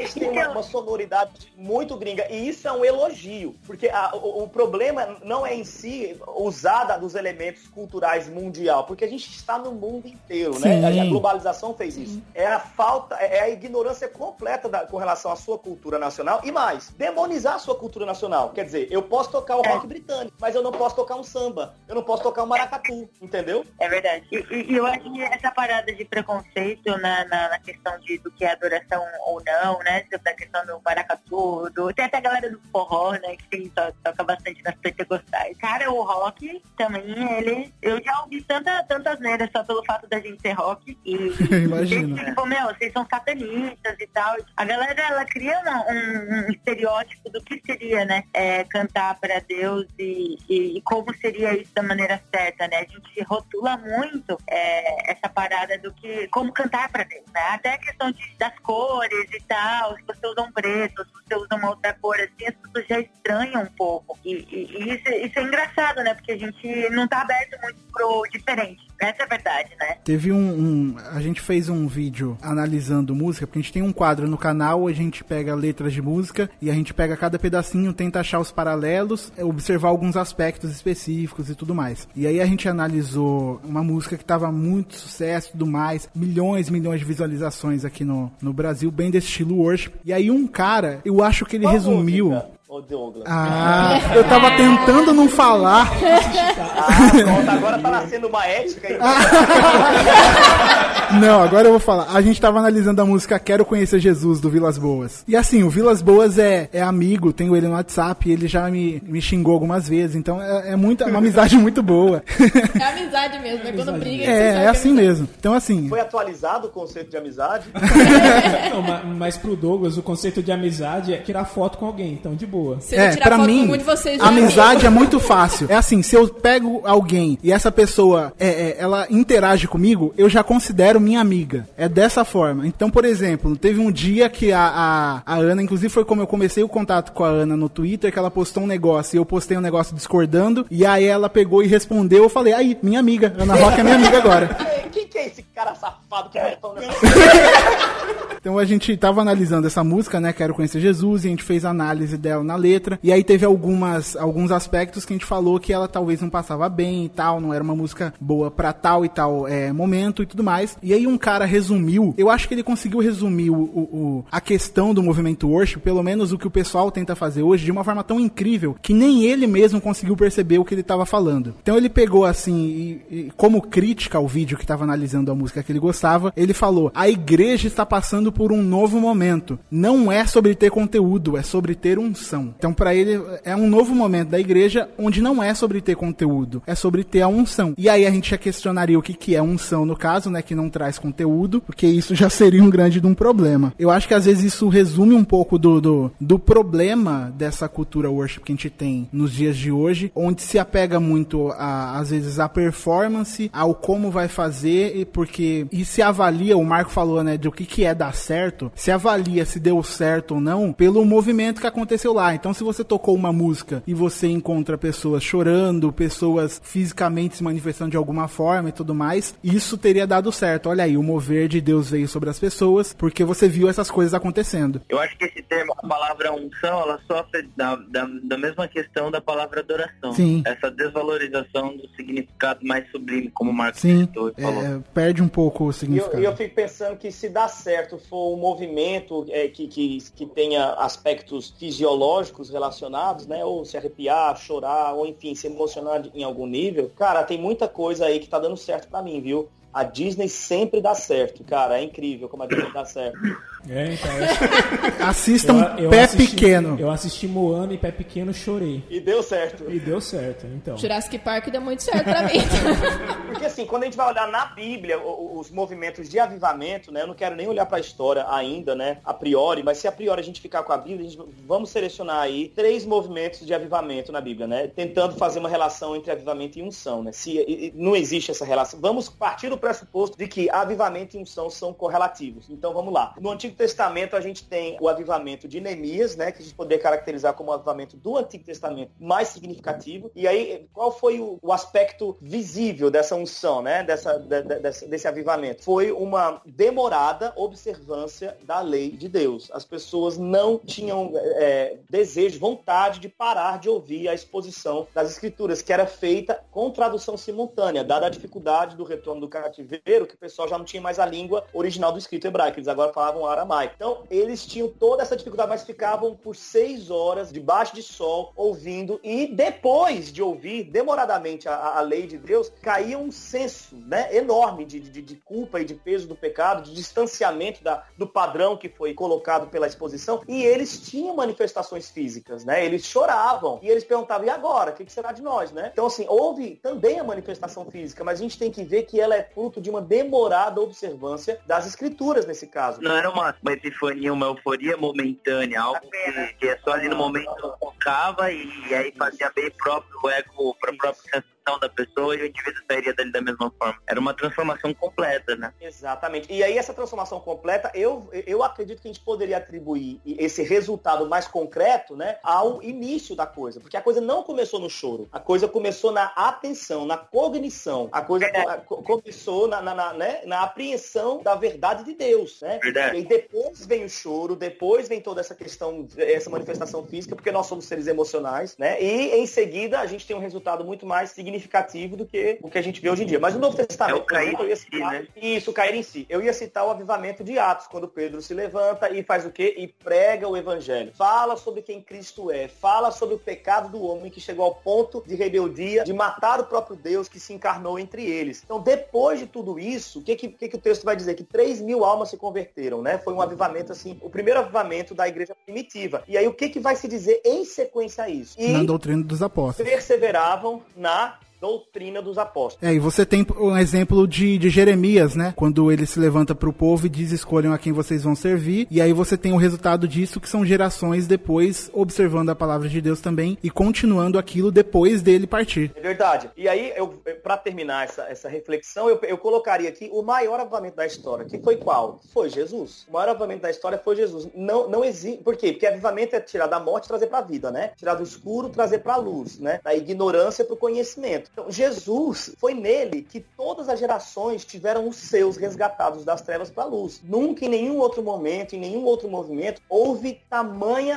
B: uma sonoridade muito gringa. E isso é um elogio, porque o problema não é em si usar dos elementos culturais mundial, porque a gente está no mundo inteiro, né? A globalização fez isso. É a falta, é a ignorância completa com relação à sua cultura nacional e mais, demonizar a sua cultura nacional. Quer dizer, eu posso tocar o rock britânico, mas eu não posso tocar um samba, eu não posso tocar um maracatu, entendeu?
H: É verdade. E eu acho que essa parada de preconceito na questão do que é adoração ou não, né? Da questão do maracatu, tem até a galera do forró, né? Que toca bastante nas pentecostais. Cara, o rock também, eu já ouvi tantas neiras só pelo fato da gente ser rock. E
D: imagino.
H: Tipo, vocês são satanistas e tal. A galera, ela cria um estereótipo do que seria, né? Cantar pra Deus e como seria isso da maneira certa, né? A gente rotula muito essa parada do que, como cantar pra Deus, né? Até a questão das cores e tal, se você usa um preto, se você usa uma outra cor, assim, as pessoas já estranham um pouco. E isso é engraçado, né? Porque a gente não tá aberto muito pro diferente. Essa é a verdade, né?
D: Teve a gente fez um vídeo analisando música, porque a gente tem um quadro no canal, a gente pega letras de música e a gente pega cada pedacinho, tenta achar os paralelos, observar alguns aspectos específicos e tudo mais. E aí a gente analisou uma música que tava muito sucesso e tudo mais, milhões de visualizações aqui no Brasil, bem desse estilo worship. E aí um cara, eu acho que ele resumiu...
B: Douglas.
D: Eu tava tentando não falar.
B: Pronto, agora tá nascendo uma ética aí.
D: Não, agora eu vou falar. A gente tava analisando a música Quero Conhecer Jesus, do Vilas Boas. E assim, o Vilas Boas é amigo, tenho ele no WhatsApp, ele já me xingou algumas vezes, então é uma amizade muito boa.
E: É amizade mesmo, é quando briga.
D: É assim mesmo. Então assim...
B: Foi atualizado o conceito de amizade?
F: Não, mas pro Douglas, o conceito de amizade é tirar foto com alguém, então de boa.
D: Pra mim, amizade é muito fácil. É assim, se eu pego alguém e essa pessoa, ela interage comigo, eu já considero minha amiga. É dessa forma. Então, por exemplo, teve um dia que a Ana, inclusive foi como eu comecei o contato com a Ana no Twitter, que ela postou um negócio e eu postei um negócio discordando, e aí ela pegou e respondeu, eu falei, aí, minha amiga, Ana Roque é minha amiga agora.
B: Quem que é esse cara safado que vai falando nessa
D: Então a gente tava analisando essa música, né, Quero Conhecer Jesus, e a gente fez análise dela na letra, e aí teve alguns aspectos que a gente falou que ela talvez não passava bem e tal, não era uma música boa pra tal e tal momento e tudo mais. E aí um cara resumiu, eu acho que ele conseguiu resumir a questão do movimento worship, pelo menos o que o pessoal tenta fazer hoje, de uma forma tão incrível que nem ele mesmo conseguiu perceber o que ele tava falando. Então ele pegou assim, e como crítica ao vídeo que tava analisando a música que ele gostava, ele falou, a igreja está passando por um novo momento. Não é sobre ter conteúdo, é sobre ter unção. Então pra ele é um novo momento da igreja onde não é sobre ter conteúdo, é sobre ter a unção. E aí a gente já questionaria o que é unção no caso, né, que não traz conteúdo, porque isso já seria um grande problema. Eu acho que às vezes isso resume um pouco do problema dessa cultura worship que a gente tem nos dias de hoje, onde se apega muito às vezes a performance, ao como vai fazer, e se avalia, o Marco falou, né, do que é dar certo, se avalia se deu certo ou não pelo movimento que aconteceu lá. Então se você tocou uma música e você encontra pessoas chorando, pessoas fisicamente se manifestando de alguma forma e tudo mais, isso teria dado certo. Olha aí, o mover de Deus veio sobre as pessoas, porque você viu essas coisas acontecendo.
G: Eu acho que esse termo, a palavra unção, ela sofre da mesma questão da palavra adoração.
D: Sim.
G: Essa desvalorização do significado mais sublime, como o Marcos citou e falou.
D: Perde um pouco o significado.
B: E eu fico pensando que se dá certo, for um movimento que tenha aspectos fisiológicos relacionados, né, ou se arrepiar, chorar, ou enfim, se emocionar em algum nível, cara, tem muita coisa aí que tá dando certo pra mim, viu? A Disney sempre dá certo, cara. É incrível como a Disney dá certo.
D: Então, assistam Pé Pequeno.
F: Eu assisti Moana e Pé Pequeno, chorei.
B: E deu certo.
F: Então.
E: Jurassic Park deu muito certo pra mim.
B: Porque assim, quando a gente vai olhar na Bíblia os movimentos de avivamento, né? Eu não quero nem olhar pra história ainda, né? A priori, mas se a priori a gente ficar com a Bíblia, vamos selecionar aí 3 movimentos de avivamento na Bíblia, né? Tentando fazer uma relação entre avivamento e unção, né? Se não existe essa relação, vamos partir do pressuposto de que avivamento e unção são correlativos. Então vamos lá. No Antigo Antigo Testamento a gente tem o avivamento de Neemias, né, que a gente poderia caracterizar como o avivamento do Antigo Testamento mais significativo. E aí, qual foi o aspecto visível dessa unção, né, desse avivamento? Foi uma demorada observância da lei de Deus. As pessoas não tinham desejo, vontade de parar de ouvir a exposição das Escrituras, que era feita com tradução simultânea, dada a dificuldade do retorno do cativeiro, que o pessoal já não tinha mais a língua original do escrito hebraico, eles agora falavam aramaico. Então, eles tinham toda essa dificuldade, mas ficavam por 6 horas debaixo de sol, ouvindo, e depois de ouvir demoradamente a lei de Deus, caía um senso, né, enorme de culpa e de peso do pecado, de distanciamento do padrão que foi colocado pela exposição, e eles tinham manifestações físicas, né? Eles choravam, e eles perguntavam, e agora? O que será de nós, né? Então, assim, houve também a manifestação física, mas a gente tem que ver que ela é fruto de uma demorada observância das Escrituras, nesse caso.
G: Não era uma epifania, uma euforia momentânea, algo que é só ali no momento focava e aí fazia bem próprio ego, para a própria sensação da pessoa, e o indivíduo sairia dali da mesma forma. Era uma transformação completa, né?
B: Exatamente. E aí essa transformação completa, eu acredito que a gente poderia atribuir esse resultado mais concreto, né, ao início da coisa. Porque a coisa não começou no choro. A coisa começou na atenção, na cognição. A coisa começou na apreensão da verdade de Deus, né?
G: Verdade.
B: E depois vem o choro, depois vem toda essa questão, essa manifestação física, porque nós somos seres emocionais, né? E em seguida a gente tem um resultado muito mais significativo do que o que a gente vê hoje em dia. Mas no Novo Testamento,
G: o cair
B: eu ia citar,
G: né?
B: Isso, cair em si. Eu ia citar o avivamento de Atos, quando Pedro se levanta e faz o quê? E prega o evangelho. Fala sobre quem Cristo é. Fala sobre o pecado do homem que chegou ao ponto de rebeldia, de matar o próprio Deus que se encarnou entre eles. Então, depois de tudo isso, o que o texto vai dizer? Que 3.000 almas se converteram, né? Foi um avivamento, assim, o primeiro avivamento da igreja primitiva. E aí, o que vai se dizer em sequência a isso?
D: Na doutrina dos apóstolos.
B: Perseveravam na doutrina dos apóstolos.
D: E você tem um exemplo de Jeremias, né? Quando ele se levanta pro povo e diz, escolham a quem vocês vão servir, e aí você tem o resultado disso, que são gerações depois observando a palavra de Deus também e continuando aquilo depois dele partir.
B: É verdade. E aí, para terminar essa reflexão, eu colocaria aqui o maior avivamento da história, que foi qual? Foi Jesus. O maior avivamento da história foi Jesus. Não existe. Por quê? Porque avivamento é tirar da morte e trazer para a vida, né? Tirar do escuro, trazer para a luz, né? Da ignorância para o conhecimento. Então, Jesus, foi nele que todas as gerações tiveram os seus resgatados das trevas para a luz. Nunca, em nenhum outro momento, em nenhum outro movimento, houve tamanha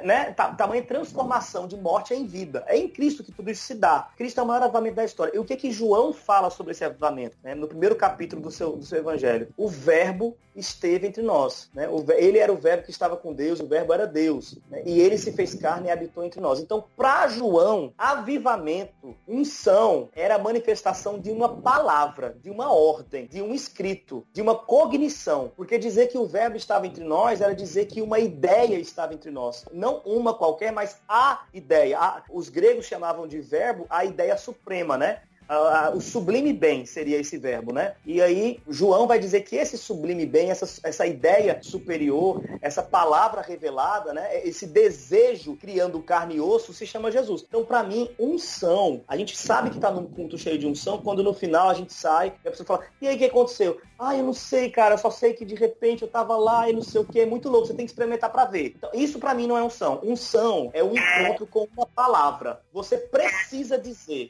B: transformação de morte em vida. É em Cristo que tudo isso se dá. Cristo é o maior avivamento da história. E o que João fala sobre esse avivamento? Né? No primeiro capítulo do seu evangelho. O verbo esteve entre nós. Né? Ele era o verbo que estava com Deus, o verbo era Deus. Né? E ele se fez carne e habitou entre nós. Então, para João, avivamento, unção, era a manifestação de uma palavra, de uma ordem, de um escrito, de uma cognição. Porque dizer que o verbo estava entre nós era dizer que uma ideia estava entre nós. Não uma qualquer, mas a ideia. Os gregos chamavam de verbo a ideia suprema, né? O sublime bem seria esse verbo, né? E aí João vai dizer que esse sublime bem, essa ideia superior, essa palavra revelada, né? Esse desejo criando carne e osso se chama Jesus. Então, para mim, unção, a gente sabe que tá num culto cheio de unção, quando no final a gente sai e a pessoa fala, e aí o que aconteceu? Eu não sei, cara, eu só sei que de repente eu tava lá e não sei o que, é muito louco, você tem que experimentar para ver. Então, isso para mim não é unção. Unção é o encontro com uma palavra. Você precisa dizer.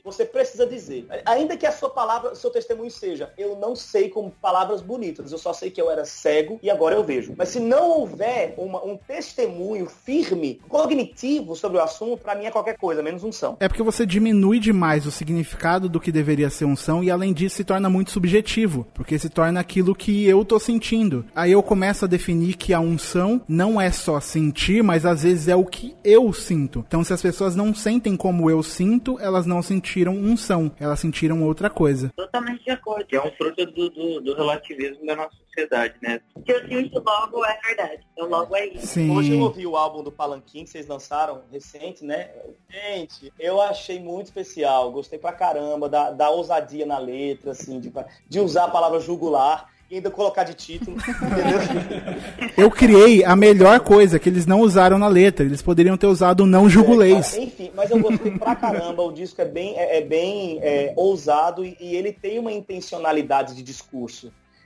B: Ainda que a sua palavra, seu testemunho seja, eu não sei com palavras bonitas, eu só sei que eu era cego e agora eu vejo. Mas se não houver um testemunho firme, cognitivo sobre o assunto, pra mim é qualquer coisa, menos unção.
D: É porque você diminui demais o significado do que deveria ser unção e além disso se torna muito subjetivo, porque se torna aquilo que eu tô sentindo. Aí eu começo a definir que a unção não é só sentir, mas às vezes é o que eu sinto. Então se as pessoas não sentem como eu sinto, elas não sentiram unção, elas sentiram outra coisa.
G: Totalmente de acordo. Que é um fruto do relativismo da nossa sociedade, né?
H: O que eu sinto logo é verdade. Então logo é isso.
D: Sim.
B: Hoje eu ouvi o álbum do Palanquim que vocês lançaram recente, né? Gente, eu achei muito especial. Gostei pra caramba da ousadia na letra, assim, de usar a palavra jugular e ainda colocar de título, entendeu?
D: Eu criei a melhor coisa que eles não usaram na letra. Eles poderiam ter usado o não jugulês.
B: Enfim, mas eu gostei pra caramba. O disco é bem ousado e ele tem uma intencionalidade de discurso.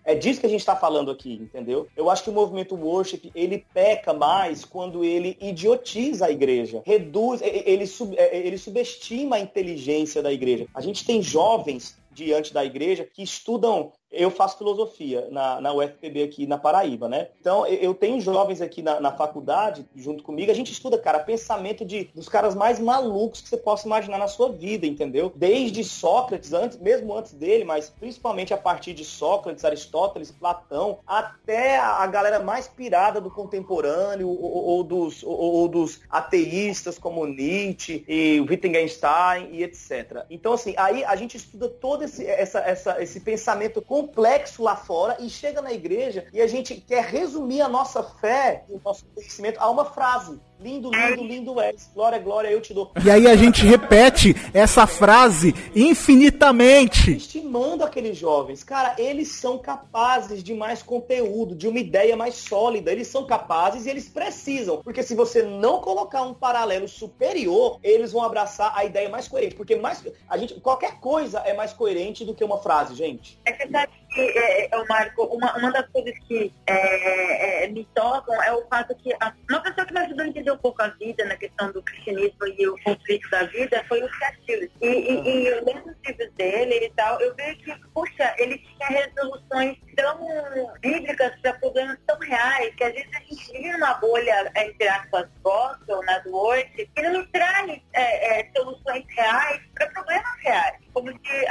B: É disso que a gente está falando aqui, entendeu? Eu acho que o movimento worship, ele peca mais quando ele idiotiza a igreja, reduz, ele subestima a inteligência da igreja. A gente tem jovens diante da igreja que estudam. Eu faço filosofia na UFPB aqui na Paraíba, né? Então, eu tenho jovens aqui na faculdade, junto comigo, a gente estuda, cara, pensamento dos caras mais malucos que você possa imaginar na sua vida, entendeu? Desde Sócrates, mesmo antes dele, mas principalmente a partir de Sócrates, Aristóteles, Platão, até a galera mais pirada do contemporâneo, ou dos ateístas como Nietzsche e Wittgenstein e etc. Então, assim, aí a gente estuda todo esse pensamento complexo lá fora e chega na igreja e a gente quer resumir a nossa fé, o nosso conhecimento a uma frase. Lindo, lindo, lindo és. Glória, glória, eu te dou.
D: E aí a gente repete essa frase infinitamente.
B: Estimando aqueles jovens. Cara, eles são capazes de mais conteúdo, de uma ideia mais sólida. Eles são capazes e eles precisam. Porque se você não colocar um paralelo superior, eles vão abraçar a ideia mais coerente. Porque qualquer coisa é mais coerente do que uma frase, gente.
H: É verdade que, Marco, uma das coisas que me tocam é o fato que uma pessoa que me ajudou a entender um pouco a vida na questão do cristianismo e o conflito da vida foi o C.S. E eu lendo os livros dele e tal, eu vejo que, puxa, ele tinha resoluções tão bíblicas para problemas tão reais, que às vezes a gente vive numa bolha, entre aspas, gospel, na do worship, que não traz soluções reais para problemas reais. Como se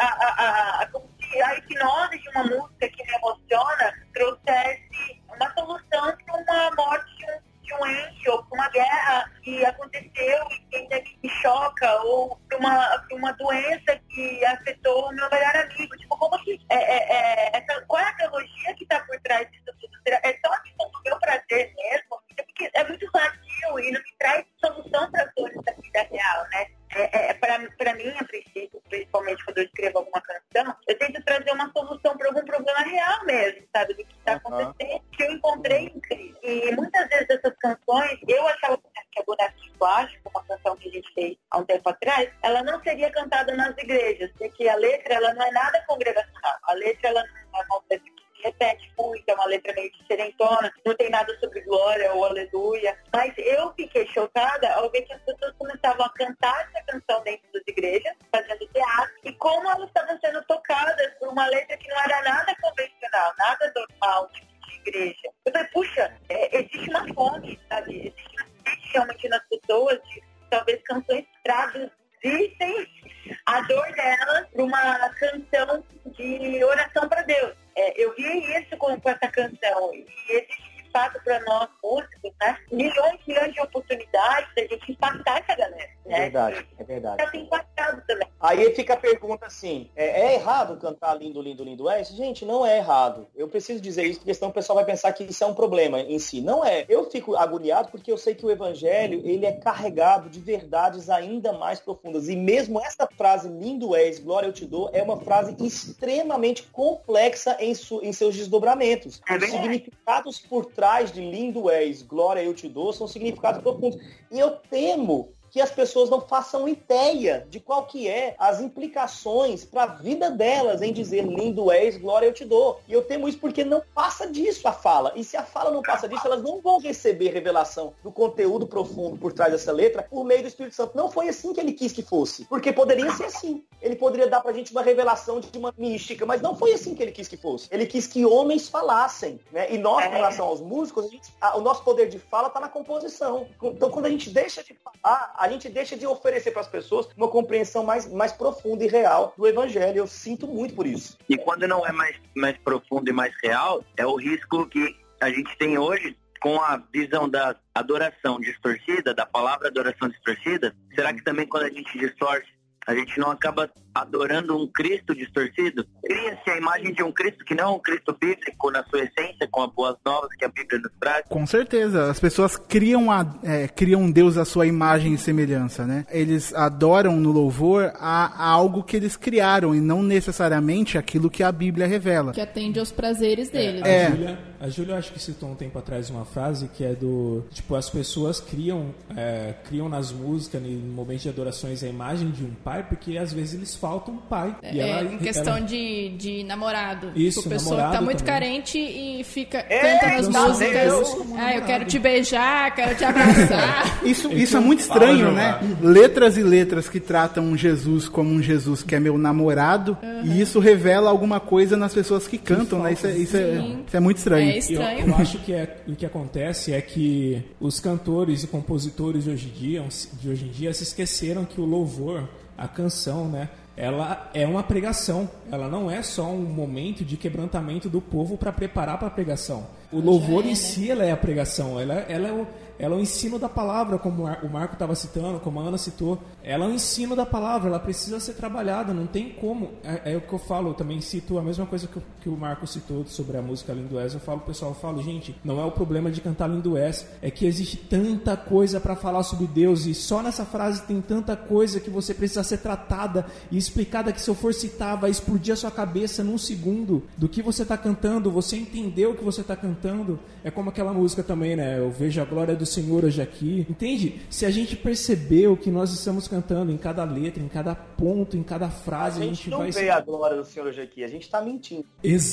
H: a hipnose de uma música que me emociona trouxesse uma solução para uma morte de um ente ou para uma guerra que aconteceu e que ainda me choca, ou para uma doença que afetou o meu melhor amigo. Tipo, como que qual é a teologia que está por trás disso tudo? É só a questão do meu prazer mesmo? Porque é muito vazio e não me traz solução para as dores da vida real, né? Para mim, a princípio, principalmente quando eu escrevo alguma canção, eu tento trazer uma solução para algum problema real mesmo, sabe? Do que está acontecendo, que eu encontrei em Cristo. E muitas vezes essas canções, eu achava que a Bonequinho Plástico, uma canção que a gente fez há um tempo atrás, ela não seria cantada nas igrejas, porque a letra, ela não é nada congregacional. A letra, ela não é uma letra que repete muito, é uma letra meio diferentona, não tem nada sobre glória ou aleluia. Mas eu fiquei chocada ao ver que as pessoas começavam a cantar essa canção dentro das igrejas, fazendo teatro, e como elas estavam sendo tocadas por uma letra que não era nada convencional, nada normal de igreja. Eu falei, puxa, existe uma fonte, sabe? Existe uma fonte realmente nas pessoas de talvez canções traduzissem a dor delas para uma canção de oração para Deus. Eu vi isso com essa canção e existe de fato para nós músicos, né? Milhões de oportunidades da gente impactar essa galera, né?
B: É verdade.
H: Já tem impactado também.
B: Aí fica a pergunta assim, é errado cantar lindo, lindo, lindo és? Gente, não é errado. Eu preciso dizer isso porque senão o pessoal vai pensar que isso é um problema em si. Não é. Eu fico agoniado porque eu sei que o evangelho, ele é carregado de verdades ainda mais profundas. E mesmo essa frase, lindo és, glória eu te dou, é uma frase extremamente complexa em seus desdobramentos. Os significados por trás de lindo és, glória eu te dou, são significados profundos. E eu temo que as pessoas não façam ideia de qual que é as implicações para a vida delas em dizer lindo és, glória eu te dou. E eu temo isso porque não passa disso a fala. E se a fala não passa disso, elas não vão receber revelação do conteúdo profundo por trás dessa letra por meio do Espírito Santo. Não foi assim que ele quis que fosse. Porque poderia ser assim. Ele poderia dar pra gente uma revelação de uma mística, mas não foi assim que ele quis que fosse. Ele quis que homens falassem, né? E nós, em relação aos músicos, o nosso poder de fala está na composição. Então, quando a gente deixa de falar, a gente deixa de oferecer para as pessoas uma compreensão mais profunda e real do evangelho. Eu sinto muito por isso.
G: E quando não é mais profundo e mais real, é o risco que a gente tem hoje com a visão da adoração distorcida, da palavra adoração distorcida. Será que também quando a gente distorce, a gente não acaba adorando um Cristo distorcido? Cria-se a imagem de um Cristo que não é um Cristo bíblico na sua essência, com as boas novas que a Bíblia nos traz.
D: Com certeza. As pessoas criam um Deus à sua imagem e semelhança, né? Eles adoram no louvor a algo que eles criaram e não necessariamente aquilo que a Bíblia revela.
E: Que atende aos prazeres deles.
F: A Júlia acho que citou um tempo atrás uma frase que é do... Tipo, as pessoas criam nas músicas, em momentos de adorações, a imagem de um pai, porque às vezes eles falta um pai.
E: Em questão de namorado.
F: Isso,
E: a pessoa
F: namorado
E: tá muito
F: também.
E: carente e fica cantando as músicas. Eu quero te beijar, quero te abraçar.
D: Isso é muito estranho, né? Letras e letras que tratam Jesus como um Jesus que é meu namorado, e isso revela alguma coisa nas pessoas que cantam, né? Isso é muito estranho.
E: É estranho.
F: Eu acho que o que acontece é que os cantores e compositores de hoje em dia se esqueceram que o louvor, a canção, né? Ela é uma pregação. Ela não é só um momento de quebrantamento do povo para preparar para a pregação. O louvor em si, ela é a pregação. Ela é o ensino da palavra, como o Marco estava citando, como a Ana citou. Ela é o ensino da palavra, ela precisa ser trabalhada, não tem como. É o que eu falo, eu também cito a mesma coisa que o Marco citou sobre a música Lindoés. Eu falo, pessoal, gente, não é o problema de cantar Lindoés, é que existe tanta coisa para falar sobre Deus, e só nessa frase tem tanta coisa que você precisa ser tratada e explicada, que se eu for citar, vai explodir a sua cabeça num segundo do que você está cantando, você entendeu o que você está cantando. É como aquela música também, né? Eu vejo a glória do Senhor hoje aqui. Entende? Se a gente perceber o que nós estamos cantando em cada letra, em cada ponto, em cada frase, a gente
B: não
F: vai...
B: vê a glória do Senhor hoje aqui, a gente está mentindo.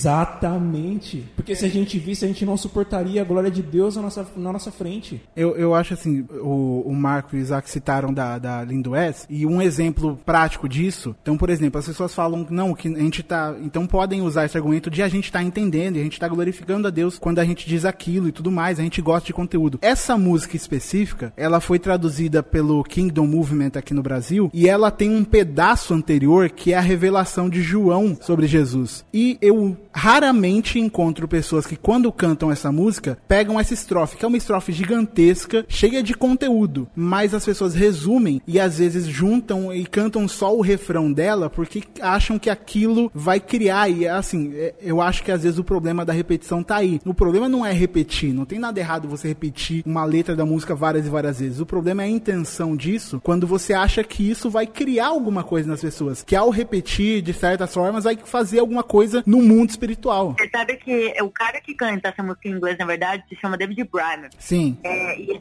F: Exatamente. Porque se a gente visse, a gente não suportaria a glória de Deus na nossa frente.
D: Eu acho assim, o Marco e o Isaac citaram da Lindoés, e um exemplo prático disso, então, por exemplo, as pessoas falam não, que a gente tá, então podem usar esse argumento de a gente tá entendendo, e a gente tá glorificando a Deus quando a gente diz aquilo e tudo mais, a gente gosta de conteúdo. Essa música específica, ela foi traduzida pelo Kingdom Movement aqui no Brasil, e ela tem um pedaço anterior que é a revelação de João sobre Jesus. E eu raramente encontro pessoas que, quando cantam essa música, pegam essa estrofe, que é uma estrofe gigantesca, cheia de conteúdo, mas as pessoas resumem e às vezes juntam e cantam só o refrão dela porque acham que aquilo vai criar, e assim, eu acho que às vezes o problema da repetição tá aí. O problema não é repetir, não tem nada errado você repetir uma letra da música várias e várias vezes. O problema é a intenção disso, quando você acha que isso vai criar alguma coisa nas pessoas, que ao repetir, de certas formas, vai fazer alguma coisa no mundo espiritual.
H: Você sabe que o cara que canta essa música em inglês, na verdade, se chama David Brymer.
D: Sim.
H: E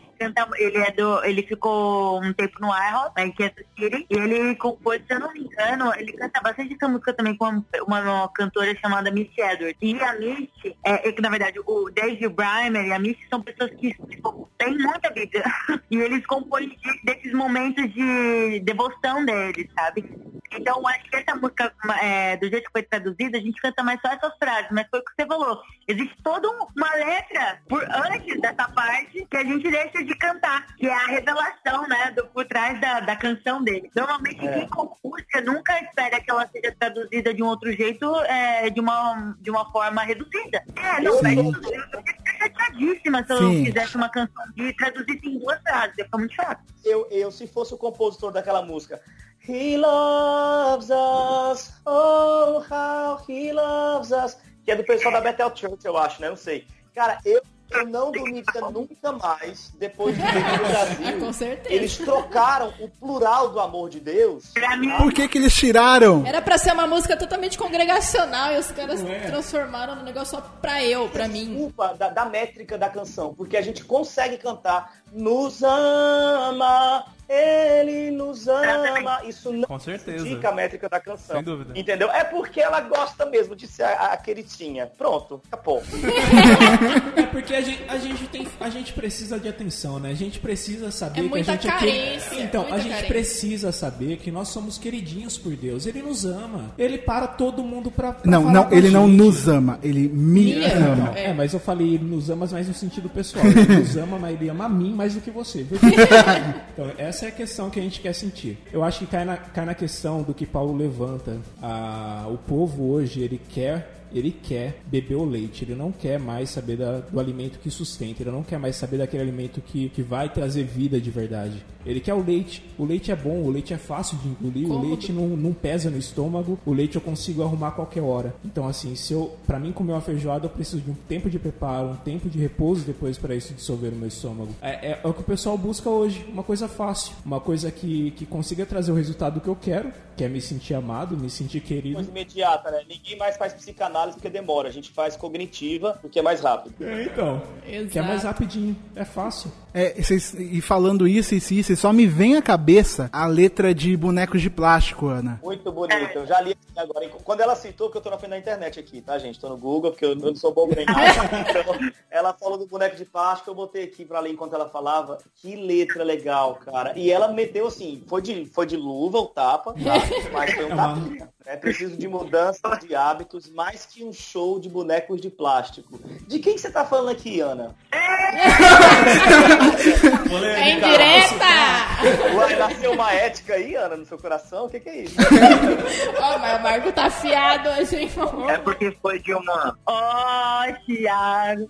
H: ele ficou um tempo no IHOP, em Kansas City, e ele compôs, se eu não me engano, ele canta bastante essa música também com uma cantora chamada Missy Edwards. E a Missy, que na verdade o David Brymer e a Missy são pessoas que têm muita Bíblia. E eles compõem desses momentos de devoção deles, sabe? Então, acho que essa música, do jeito que foi traduzida, a gente canta mais só essas frases, mas foi o que você falou. Existe toda uma letra antes dessa parte que a gente deixa de cantar, que é a revelação, né, por trás da canção dele. Normalmente, quem compõe nunca espera que ela seja traduzida de um outro jeito, de uma forma reduzida. Eu fiquei chateadíssima se eu fizesse uma canção e traduzisse em 2 frases, ia ficar muito chato.
B: Eu, se fosse o compositor daquela música, He loves us, oh, how he loves us, que é do pessoal da Bethel Church, eu acho, né? Não sei. Cara, eu não dormiria nunca mais depois de vir no Brasil.
E: Com certeza.
B: Eles trocaram o plural do amor de Deus.
D: Por que eles tiraram?
E: Era pra ser uma música totalmente congregacional e os caras transformaram no negócio só pra mim.
B: Desculpa da métrica da canção, porque a gente consegue cantar nos ama, ele nos ama. Isso não
A: com certeza
B: indica a métrica da canção.
A: Sem dúvida.
B: Entendeu? É porque ela gosta mesmo de ser a queridinha. Pronto, acabou.
F: É porque a gente precisa de atenção, né? A gente precisa saber que
E: muita
F: a gente
E: carência,
F: Então,
E: muita
F: a gente
E: carência.
F: precisa saber que nós somos queridinhos por Deus. Ele nos ama. Ele para todo mundo pra
D: Não,
F: falar com
D: ele
F: a
D: não
F: gente.
D: nos ama, ele me ama.
F: Mas eu falei, ele nos ama mais no sentido pessoal. Ele nos ama, mas ele ama a mim mais do que você, viu? Então, essa é a questão que a gente quer sentir. Eu acho que cai na questão do que Paulo levanta. O povo hoje, ele quer beber o leite, ele não quer mais saber do alimento que sustenta, ele não quer mais saber daquele alimento que vai trazer vida de verdade. Ele quer o leite é bom, o leite é fácil de engolir, o leite não pesa no estômago, o leite eu consigo arrumar a qualquer hora. Então assim, pra mim comer uma feijoada eu preciso de um tempo de preparo, um tempo de repouso depois para isso dissolver no meu estômago. É o que o pessoal busca hoje, uma coisa fácil, uma coisa que consiga trazer o resultado que eu quero, que é me sentir amado, me sentir querido.
B: Coisa imediata, né? Ninguém mais faz psicanálise análise porque demora. A gente faz cognitiva, porque é mais rápido.
F: Então,
E: Exato.
F: que é mais rapidinho, é fácil.
D: E falando isso, só me vem à cabeça a letra de Bonecos de Plástico, Ana.
B: Muito bonito. Eu já li aqui agora. Quando ela citou, que eu tô na frente da internet aqui, tá, gente? Tô no Google, porque eu não sou bobo nem nada. Então, ela falou do boneco de plástico, eu botei aqui pra ler enquanto ela falava. Que letra legal, cara. E ela meteu assim, foi de luva o tapa, tá? Mas foi um tapinha. É preciso de mudança de hábitos, mais que um show de bonecos de plástico. De quem você tá falando aqui, Ana?
E: É indireta!
B: Ué, nasceu uma ética aí, Ana, no seu coração? O que é isso?
E: Ó, mas o Marco tá afiado hoje, hein?
G: É porque foi de uma...
H: Thiago,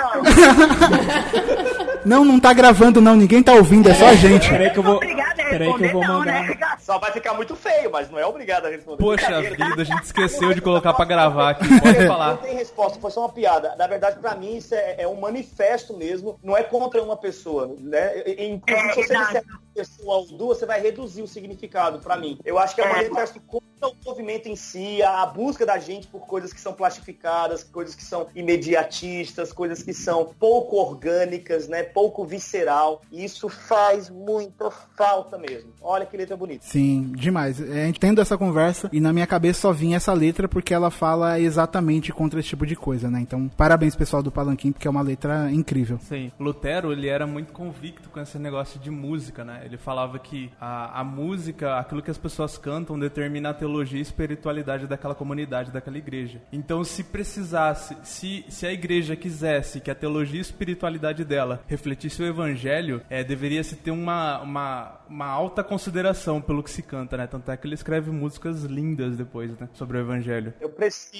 D: Não tá gravando não, ninguém tá ouvindo, é só a gente.
F: Peraí que eu vou...
H: Obrigada a
F: Peraí que eu vou
H: responder, não,
F: mandar...
H: né?
B: Só vai ficar muito feio, mas não é obrigado a responder.
A: Poxa vida, a gente esqueceu de colocar pra gravar aqui. Pode
B: Não
A: falar.
B: tem resposta, foi só uma piada. Na verdade, pra mim, isso é um manifesto mesmo, não é contra uma pessoa, né? Inclusive, se você disser uma pessoa ou duas, você vai reduzir o significado pra mim. Eu acho que é um manifesto contra o movimento em si, a busca da gente por coisas que são plastificadas, coisas que são imediatistas, coisas que são pouco orgânicas, né? Pouco visceral. E isso faz muita falta mesmo. Olha que letra bonita.
D: Sim, demais. A gente tendo essa conversa e na minha cabeça só vinha essa letra porque ela fala exatamente contra esse tipo de coisa, né? Então, parabéns pessoal do Palanquim, porque é uma letra incrível.
A: Sim, Lutero, ele era muito convicto com esse negócio de música, né? Ele falava que a música, aquilo que as pessoas cantam, determina a teologia e espiritualidade daquela comunidade, daquela igreja. Então, se precisasse, se a igreja quisesse que a teologia e espiritualidade dela refletisse o evangelho, deveria se ter uma alta consideração pelo que se canta, né? Tanto é que ele escreve músicas lindas depois, né? Sobre o evangelho.
B: Eu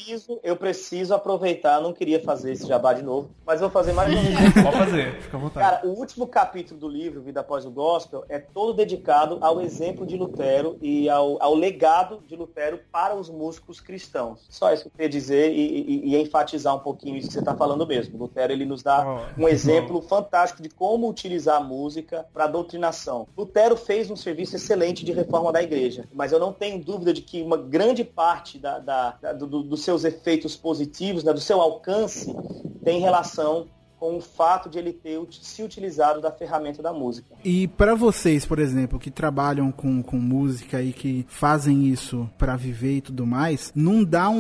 B: preciso aproveitar, não queria fazer esse jabá de novo, mas vou fazer mais uma vez.
A: Pode fazer, fica à vontade.
B: Cara, o último capítulo do livro, Vida Após o Gospel, é todo dedicado ao exemplo de Lutero e ao legado de Lutero para os músicos cristãos. Só isso que eu queria dizer e enfatizar um pouquinho isso que você está falando mesmo. Lutero, ele nos dá um exemplo fantástico de como utilizar a música para a doutrinação. Lutero fez um serviço excelente de reforma da igreja, mas eu não tenho dúvida de que uma grande parte dos seus efeitos positivos, né, do seu alcance, tem relação com o fato de ele ter se utilizado da ferramenta da música.
D: E pra vocês, por exemplo, que trabalham com música e que fazem isso pra viver e tudo mais, não dá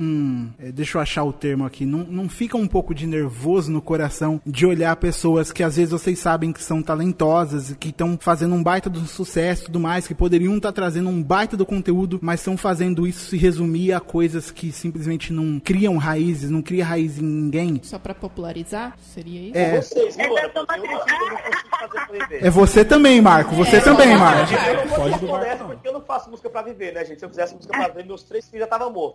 D: deixa eu achar o termo aqui, não fica um pouco de nervoso no coração de olhar pessoas que às vezes vocês sabem que são talentosas e que estão fazendo um baita do sucesso e tudo mais, que poderiam estar trazendo um baita do conteúdo, mas estão fazendo isso se resumir a coisas que simplesmente não criam raízes, não cria raiz em ninguém?
E: Só pra popularizar? Seria isso?
D: É.
B: Vocês, viu, Ana? Porque eu não consigo fazer pra viver.
D: É você também, Marco. Você também, Marco.
B: Eu não vou
F: Pode
B: responder
F: duvidar,
B: essa porque eu não faço música pra viver, né, gente? Se eu fizesse música pra viver, meus 3 filhos já estavam mortos.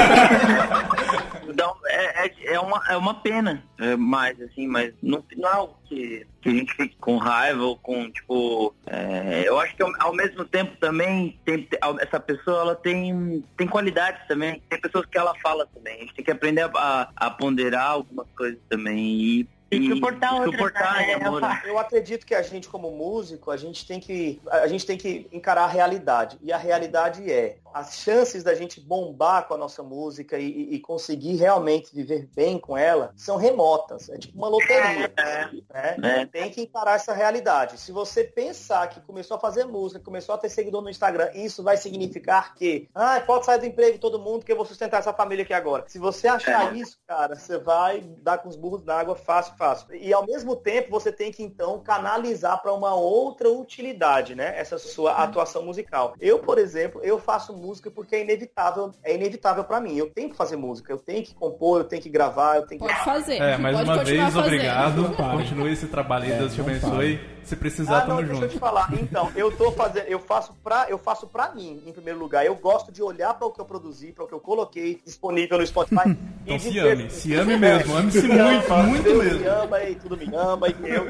G: Então, é uma pena, mas assim, mas não é algo que a gente fique com raiva ou com, tipo, eu acho que ao mesmo tempo também essa pessoa, ela tem qualidades também, tem pessoas que ela fala também, a gente tem que aprender a ponderar algumas coisas também
H: E suportar outras, né?
B: Eu acredito que a gente, como músico, a gente tem que encarar a realidade. E a realidade as chances da gente bombar com a nossa música e conseguir realmente viver bem com ela são remotas. É tipo uma loteria. Né? Tem que encarar essa realidade. Se você pensar que começou a fazer música, começou a ter seguidor no Instagram, isso vai significar que pode sair do emprego todo mundo que eu vou sustentar essa família aqui agora. Se você achar isso, cara, você vai dar com os burros na água fácil. E ao mesmo tempo você tem que então canalizar para uma outra utilidade, né? Essa sua atuação musical. Eu, por exemplo, eu faço música porque é inevitável para mim. Eu tenho que fazer música, eu tenho que compor, eu tenho que gravar, eu tenho que...
E: Pode fazer.
A: Mais
E: pode
A: uma vez,
E: fazendo.
A: obrigado. Continue esse trabalho aí, Deus te abençoe. Se precisar, tamo
B: deixa
A: junto.
B: eu te falar. Então, eu faço pra mim, em primeiro lugar. Eu gosto de olhar para o que eu produzi, para o que eu coloquei disponível no Spotify.
A: Então se ame mesmo, ame-se muito
B: Deus
A: mesmo.
B: me ama e tudo me ama e eu.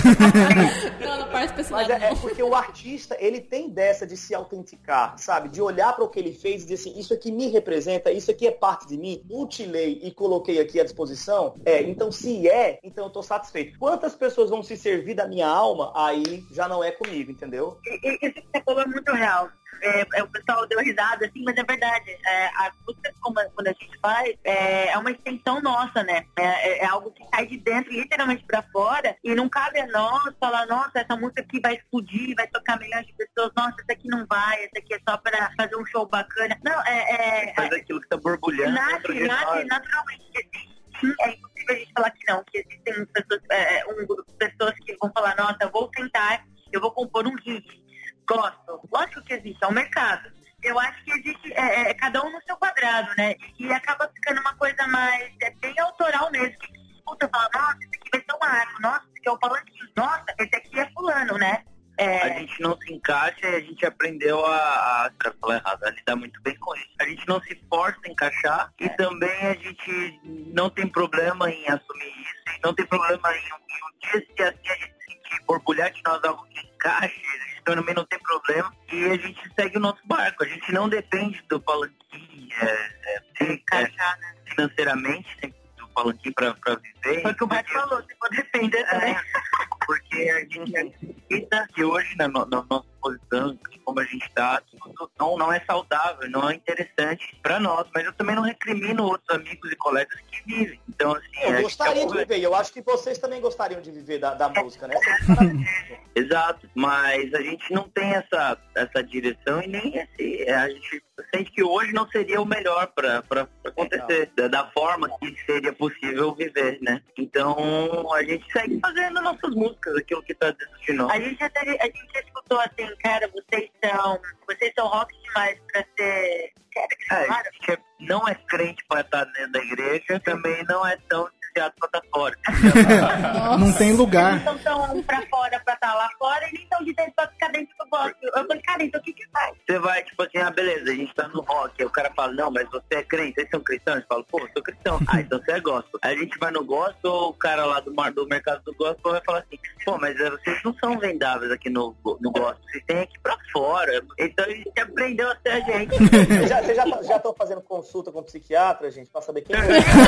E: Não parece pra esse
B: Mas
E: lado,
B: é
E: não.
B: porque o artista, ele tem dessa de se autenticar, sabe? De olhar para o que ele fez e dizer assim, isso aqui me representa, isso aqui é parte de mim, mutilei e coloquei aqui à disposição. Então então eu tô satisfeito. Quantas pessoas vão se servir da minha alma, aí já não é comigo, entendeu?
H: Isso que você falou é muito real. o pessoal deu risada, assim, mas é verdade. As músicas, quando a gente faz, é uma extensão nossa, né? É algo que sai de dentro, literalmente pra fora, e não cabe a nós falar, nossa, essa música aqui vai explodir, vai tocar milhões de pessoas, nossa, essa aqui não vai, essa aqui é só pra fazer um show bacana. Não,
G: faz aquilo que tá borbulhando.
H: Naturalmente existe. É impossível a gente falar que não, que existem pessoas, um grupo de pessoas que vão falar, nossa, eu vou tentar, eu vou compor um hit. Gosto. Lógico que existe, é um mercado. Eu acho que existe cada um no seu quadrado, né? E acaba ficando uma coisa mais bem autoral mesmo. Que escuta, fala, nossa, esse aqui vai ser o Marco, nossa, esse aqui é o Palanquinho, nossa, esse aqui é fulano, né?
G: A gente não se encaixa e a gente aprendeu a lidar muito bem com isso. A gente não se força a encaixar e também a gente não tem problema em assumir isso. E não tem problema em um dia se assim a gente sentir borbulhar de nós algo que encaixe, também não tem problema. E a gente segue o nosso barco. A gente não depende do Palanquinho financeiramente, do Palanquinho pra viver.
H: Foi o que o Beto falou, se for depender também.
G: Porque a gente acredita que hoje, na nossa posição, como a gente está, não é saudável, não é interessante para nós. Mas eu também não recrimino outros amigos e colegas que vivem. Então, assim,
B: eu gostaria de viver. Eu acho que vocês também gostariam de viver da música, né?
G: Exato. Mas a gente não tem essa direção e nem a gente sente que hoje não seria o melhor para acontecer da forma que seria possível viver, né? Então, a gente segue fazendo nossas músicas, aquilo que tá dentro de nós.
H: A gente já escutou assim, cara, vocês são rock demais pra ser...
G: A gente não é crente para estar dentro da igreja, também não é tão desviado para estar fora.
D: Não tem lugar.
H: Não estão tão pra fora pra estar lá fora e nem tão de dentro pra ficar dentro do gospel. Eu falei, cara, então o que faz?
G: Você vai, tipo assim, beleza, a gente tá no rock, aí o cara fala, não, mas você é crente, vocês são cristãos? Eu falo, pô, eu sou cristão. Então você é gospel. Aí a gente vai no gospel, o cara lá do mercado do gospel vai falar assim, pô, mas vocês não são vendáveis aqui no gospel, vocês têm aqui pra fora. Então a gente aprendeu a ser a gente.
B: Vocês já estão fazendo consulta com psiquiatra, gente, pra saber quem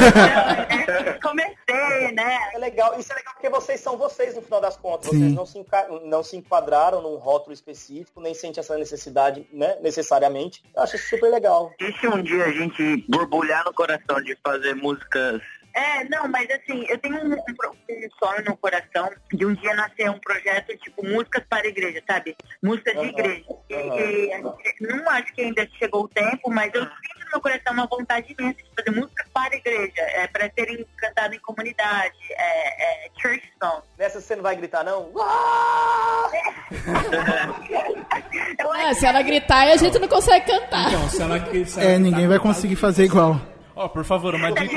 H: Comecei, né?
B: É legal, isso é legal porque vocês são vocês no final das contas. Sim. Vocês não se enquadraram num rótulo específico, nem sentem essa necessidade, né, necessariamente. Eu acho isso super legal.
G: E se um dia a gente borbulhar no coração de fazer músicas...
H: Não, mas assim, eu tenho um sonho no coração de um dia nascer um projeto tipo músicas para a igreja, sabe? Músicas de igreja. E não acho que ainda chegou o tempo, mas eu sinto no meu coração uma vontade imensa de fazer músicas para a igreja, para serem cantadas em comunidade, church songs.
B: Nessa você não vai gritar, não?
E: Se ela gritar, a gente não consegue cantar.
F: Então, se ela gritar,
D: ninguém vai conseguir fazer igual.
A: Por favor, uma dica.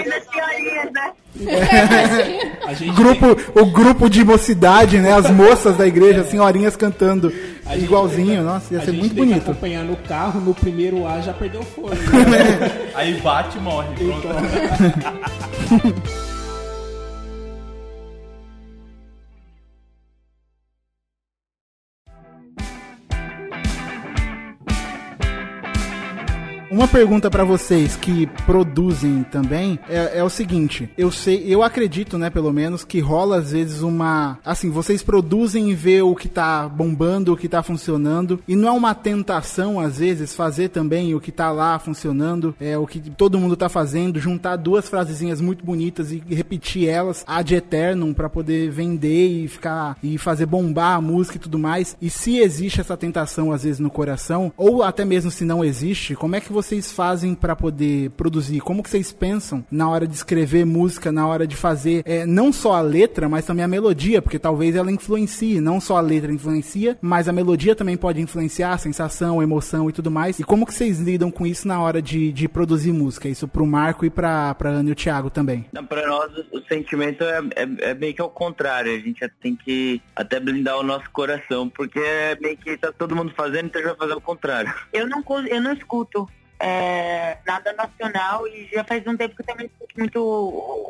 D: O grupo de mocidade, né? As moças da igreja, as senhorinhas cantando igualzinho. Nossa, ia ser muito bonito.
F: Tem que acompanhar no carro, no primeiro A já perdeu o fôlego.
A: Aí bate e morre. Pronto.
D: Uma pergunta pra vocês que produzem também é o seguinte, eu acredito, né, pelo menos, que rola às vezes assim, vocês produzem e vê o que tá bombando, o que tá funcionando, e não é uma tentação, às vezes, fazer também o que tá lá funcionando, o que todo mundo tá fazendo, juntar duas frasezinhas muito bonitas e repetir elas ad eternum pra poder vender e fazer bombar a música e tudo mais, e se existe essa tentação, às vezes, no coração, ou até mesmo se não existe, como é que vocês fazem pra poder produzir? Como que vocês pensam na hora de escrever música, na hora de fazer não só a letra, mas também a melodia, porque talvez ela influencie, não só a letra influencia, mas a melodia também pode influenciar a sensação, a emoção e tudo mais. E como que vocês lidam com isso na hora de produzir música? Isso pro Marco e pra Ana e o Thiago também.
G: Pra nós, o sentimento é meio que ao contrário. A gente tem que até blindar o nosso coração, porque é meio que tá todo mundo fazendo, então a gente vai fazer o contrário.
H: Eu não escuto nada nacional e já faz um tempo que eu também escuto muito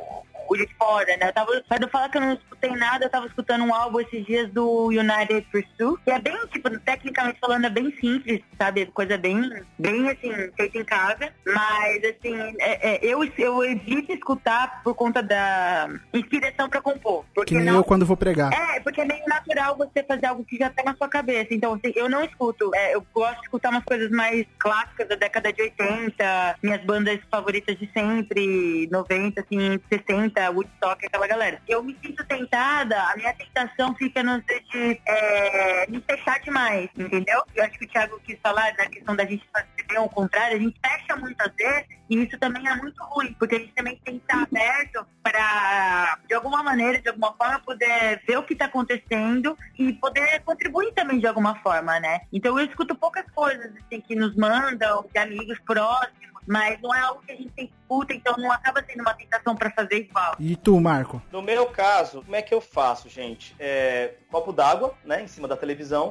H: de fora, né? Pra não falar que eu não escutei nada, eu tava escutando um álbum esses dias do United Pursuit, que é bem, tipo, tecnicamente falando, é bem simples, sabe? Coisa bem assim, feita em casa. Mas, assim, eu evito escutar por conta da inspiração pra compor. Porque
D: que nem eu quando vou pregar.
H: Porque é meio natural você fazer algo que já tá na sua cabeça. Então, assim, eu não escuto. Eu gosto de escutar umas coisas mais clássicas da década de 80, minhas bandas favoritas de sempre, 90, assim, 60, Woodstock, aquela galera. Eu me sinto tentada, a minha tentação fica no de me fechar demais, entendeu? Eu acho que o Thiago quis falar da questão da gente fazer o contrário, a gente fecha muitas vezes, e isso também é muito ruim, porque a gente também tem que estar aberto para, de alguma maneira, de alguma forma, poder ver o que está acontecendo e poder contribuir também de alguma forma, né? Então eu escuto poucas coisas assim, que nos mandam, de amigos próximos, mas não é algo que a gente escuta, então não acaba sendo uma tentação para fazer igual.
D: E tu, Marco?
B: No meu caso, como é que eu faço, gente? Copo d'água, né, em cima da televisão.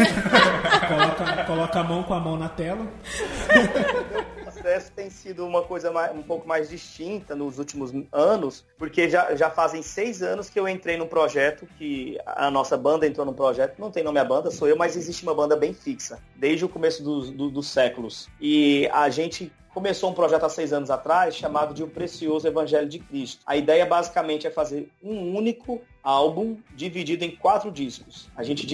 F: Coloca a mão na tela.
B: O processo tem sido uma coisa um pouco mais distinta nos últimos anos, porque já fazem 6 anos que eu entrei num projeto, que a nossa banda entrou num projeto, não tem nome a banda, sou eu, mas existe uma banda bem fixa, desde o começo dos séculos. E a gente começou um projeto há 6 anos atrás, chamado de O Precioso Evangelho de Cristo. A ideia basicamente é fazer um único álbum dividido em 4 discos. A gente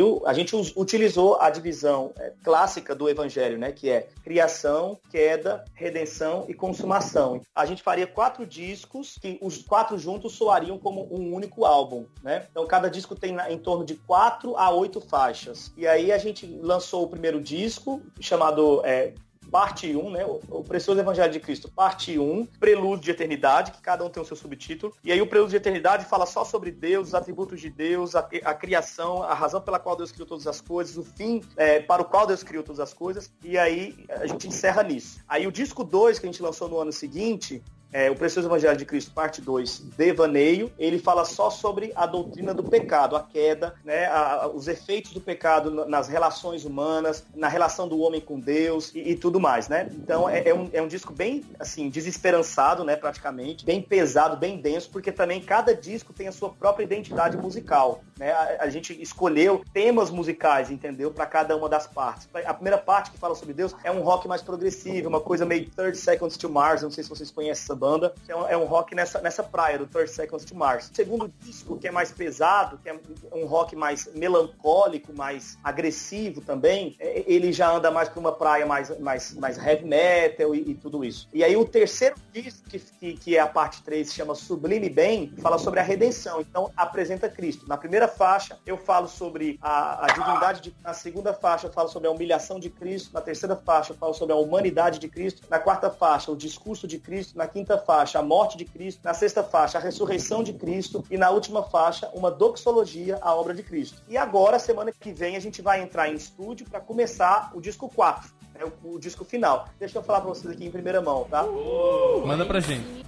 B: utilizou a divisão clássica do Evangelho, né, que é criação, queda, redenção e consumação. A gente faria 4 discos, que os 4 juntos soariam como um único álbum, né? Então cada disco tem em torno de 4 a 8 faixas. E aí a gente lançou o primeiro disco, chamado Parte 1, né? O Precioso Evangelho de Cristo, Parte 1, Prelúdio de Eternidade, que cada um tem o seu subtítulo. E aí o Prelúdio de Eternidade fala só sobre Deus, os atributos de Deus, a criação, a razão pela qual Deus criou todas as coisas, o fim para o qual Deus criou todas as coisas. E aí a gente encerra nisso. Aí o disco 2, que a gente lançou no ano seguinte, o Precioso Evangelho de Cristo, parte 2, Devaneio, ele fala só sobre a doutrina do pecado, a queda, né, os efeitos do pecado nas relações humanas, na relação do homem com Deus e tudo mais, né? Então é um disco bem, assim, desesperançado, né, praticamente, bem pesado, bem denso, porque também cada disco tem a sua própria identidade musical, né? A gente escolheu temas musicais, entendeu? Para cada uma das partes. A primeira parte, que fala sobre Deus, é um rock mais progressivo, uma coisa meio 30 Seconds to Mars, não sei se vocês conhecem essa banda, que é um rock nessa praia do 30 Seconds to Mars. O segundo disco, que é mais pesado, que é um rock mais melancólico, mais agressivo também, ele já anda mais para uma praia mais heavy metal e tudo isso. E aí o terceiro disco, que é a parte 3, se chama Sublime Bem, fala sobre a redenção. Então apresenta Cristo. Na primeira faixa eu falo sobre a divindade de... Na segunda faixa eu falo sobre a humilhação de Cristo. Na terceira faixa eu falo sobre a humanidade de Cristo. Na quarta faixa, o discurso de Cristo. Na quinta faixa, a morte de Cristo. Na sexta faixa, a ressurreição de Cristo. E na última faixa, uma doxologia à obra de Cristo. E agora, semana que vem, a gente vai entrar em estúdio para começar o disco 4. O disco final. Deixa eu falar pra vocês aqui em primeira mão, tá?
A: Manda pra gente.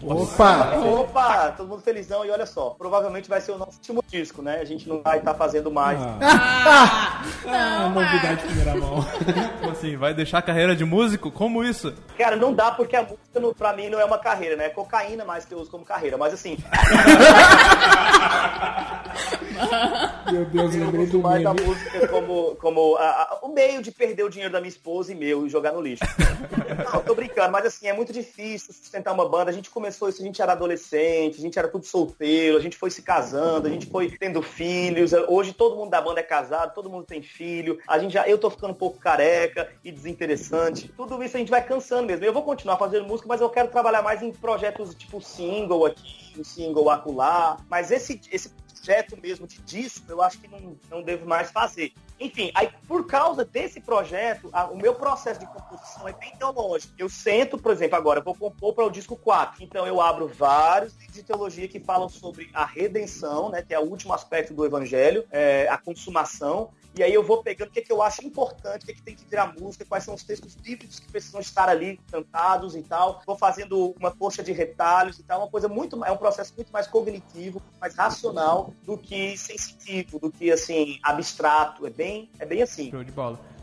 B: Opa! Todo mundo felizão. E olha só, provavelmente vai ser o nosso último disco, né? A gente não vai estar fazendo mais.
F: Novidade de primeira mão.
A: Assim, vai deixar a carreira de músico? Como isso?
B: Cara, não dá, porque a música, pra mim, não é uma carreira, né? É cocaína mais que eu uso como carreira. Mas assim...
F: Meu Deus, eu lembrei do
B: mais
F: meme.
B: a música como o meio de perder o dinheiro da minha esposa e meu e jogar no lixo. Não, tô brincando, mas assim, é muito difícil sustentar uma banda. A gente começou isso, a gente era adolescente, a gente era tudo solteiro, a gente foi se casando, a gente foi tendo filhos. Hoje todo mundo da banda é casado, todo mundo tem filho. Eu tô ficando um pouco careca e desinteressante. Tudo isso a gente vai cansando mesmo. Eu vou continuar fazendo música, mas eu quero trabalhar mais em projetos tipo single aqui, um single acolá. Mas esse projeto mesmo de disco, eu acho que não devo mais fazer. Enfim, aí por causa desse projeto, o meu processo de composição é bem teológico. Eu sento, por exemplo, agora eu vou compor para o disco 4. Então eu abro vários livros de teologia que falam sobre a redenção, né, que é o último aspecto do evangelho, a consumação. E aí eu vou pegando o que eu acho importante, o que tem que virar música, quais são os textos bíblicos que precisam estar ali cantados e tal. Vou fazendo uma coxa de retalhos e tal, é um processo muito mais cognitivo, mais racional do que sensitivo, do que assim, abstrato. É bem assim.
A: Show de bola.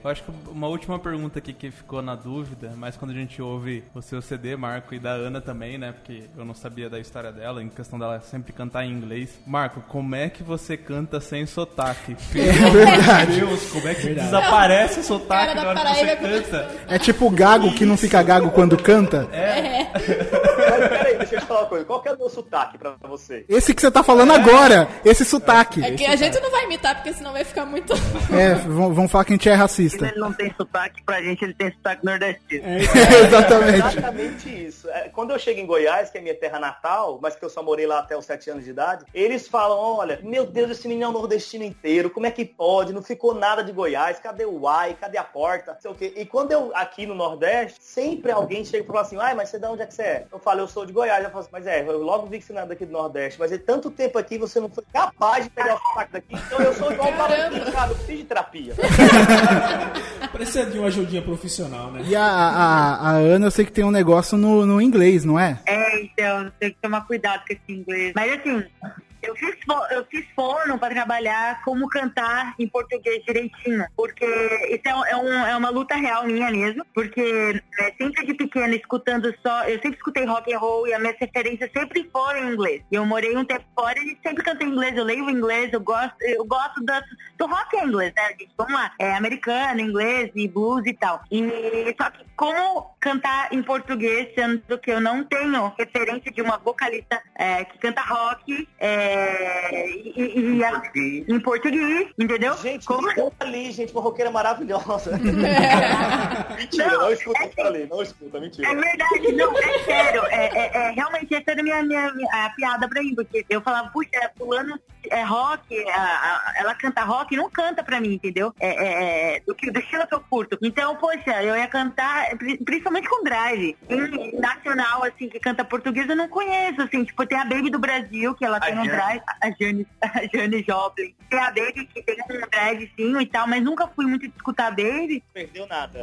A: Eu acho que uma última pergunta aqui que ficou na dúvida, mas quando a gente ouve o seu CD, Marco, e da Ana também, né? Porque eu não sabia da história dela, em questão dela sempre cantar em inglês. Marco, como é que você canta sem sotaque?
D: É verdade.
A: Meu Deus, como é que desaparece o sotaque na hora que você canta?
D: É tipo o gago que não fica gago quando canta?
B: Peraí, deixa eu te falar uma coisa. Qual que é o meu sotaque pra você?
D: Esse que você tá falando agora, esse sotaque.
E: É que a gente não vai imitar, porque senão vai ficar muito...
D: Vão falar que a gente é racista.
G: Ele não tem sotaque, pra gente ele tem sotaque nordestino.
D: Exatamente.
B: Exatamente isso. Quando eu chego em Goiás, que é minha terra natal, mas que eu só morei lá até os 7 anos de idade, eles falam, olha, meu Deus, esse menino é o nordestino inteiro, como é que pode? Não ficou nada de Goiás, cadê o uai, cadê a porta, não sei o quê. E quando eu, aqui no Nordeste, sempre alguém chega e fala assim, mas você de onde é que você é? Eu falo, eu sou de Goiás. Eu falo assim, mas eu logo vi que você não é daqui do Nordeste, mas é tanto tempo aqui, você não foi capaz de pegar o sotaque daqui, então eu sou igual o Balanquinho, sabe? Eu preciso de terapia.
F: Precisa de uma ajudinha profissional, né?
D: E a Ana, eu sei que tem um negócio no inglês, não é?
H: Então, tem que tomar cuidado com esse inglês. Mas assim, eu fiz fono pra trabalhar como cantar em português direitinho, porque isso é uma luta real minha mesmo, porque sempre de pequena eu sempre escutei rock and roll e as minhas referências sempre foram em inglês. E eu morei um tempo fora e sempre cantei em inglês, eu leio inglês, eu gosto do rock em inglês, né, gente? Vamos lá, americano, inglês e blues e tal. E só que como cantar em português, sendo que eu não tenho referência de uma vocalista que canta rock, em português, entendeu?
B: Gente,
H: como
B: ali, gente, uma roqueira maravilhosa. Mentira, não escuta ali, não escuta, mentira.
H: É verdade, não, é sério. Realmente, essa era a piada pra mim, porque eu falava, puxa, fulano é rock, ela canta rock, não canta pra mim, entendeu? Do estilo que eu curto. Então, poxa, eu ia cantar, principalmente com drive. Em nacional, assim, que canta português, eu não conheço, assim, tipo, tem a Baby do Brasil, que ela tem um drive, a Jane Joplin. Tem a Baby, que tem um drivezinho e tal, mas nunca fui muito de escutar a Baby.
B: Perdeu nada.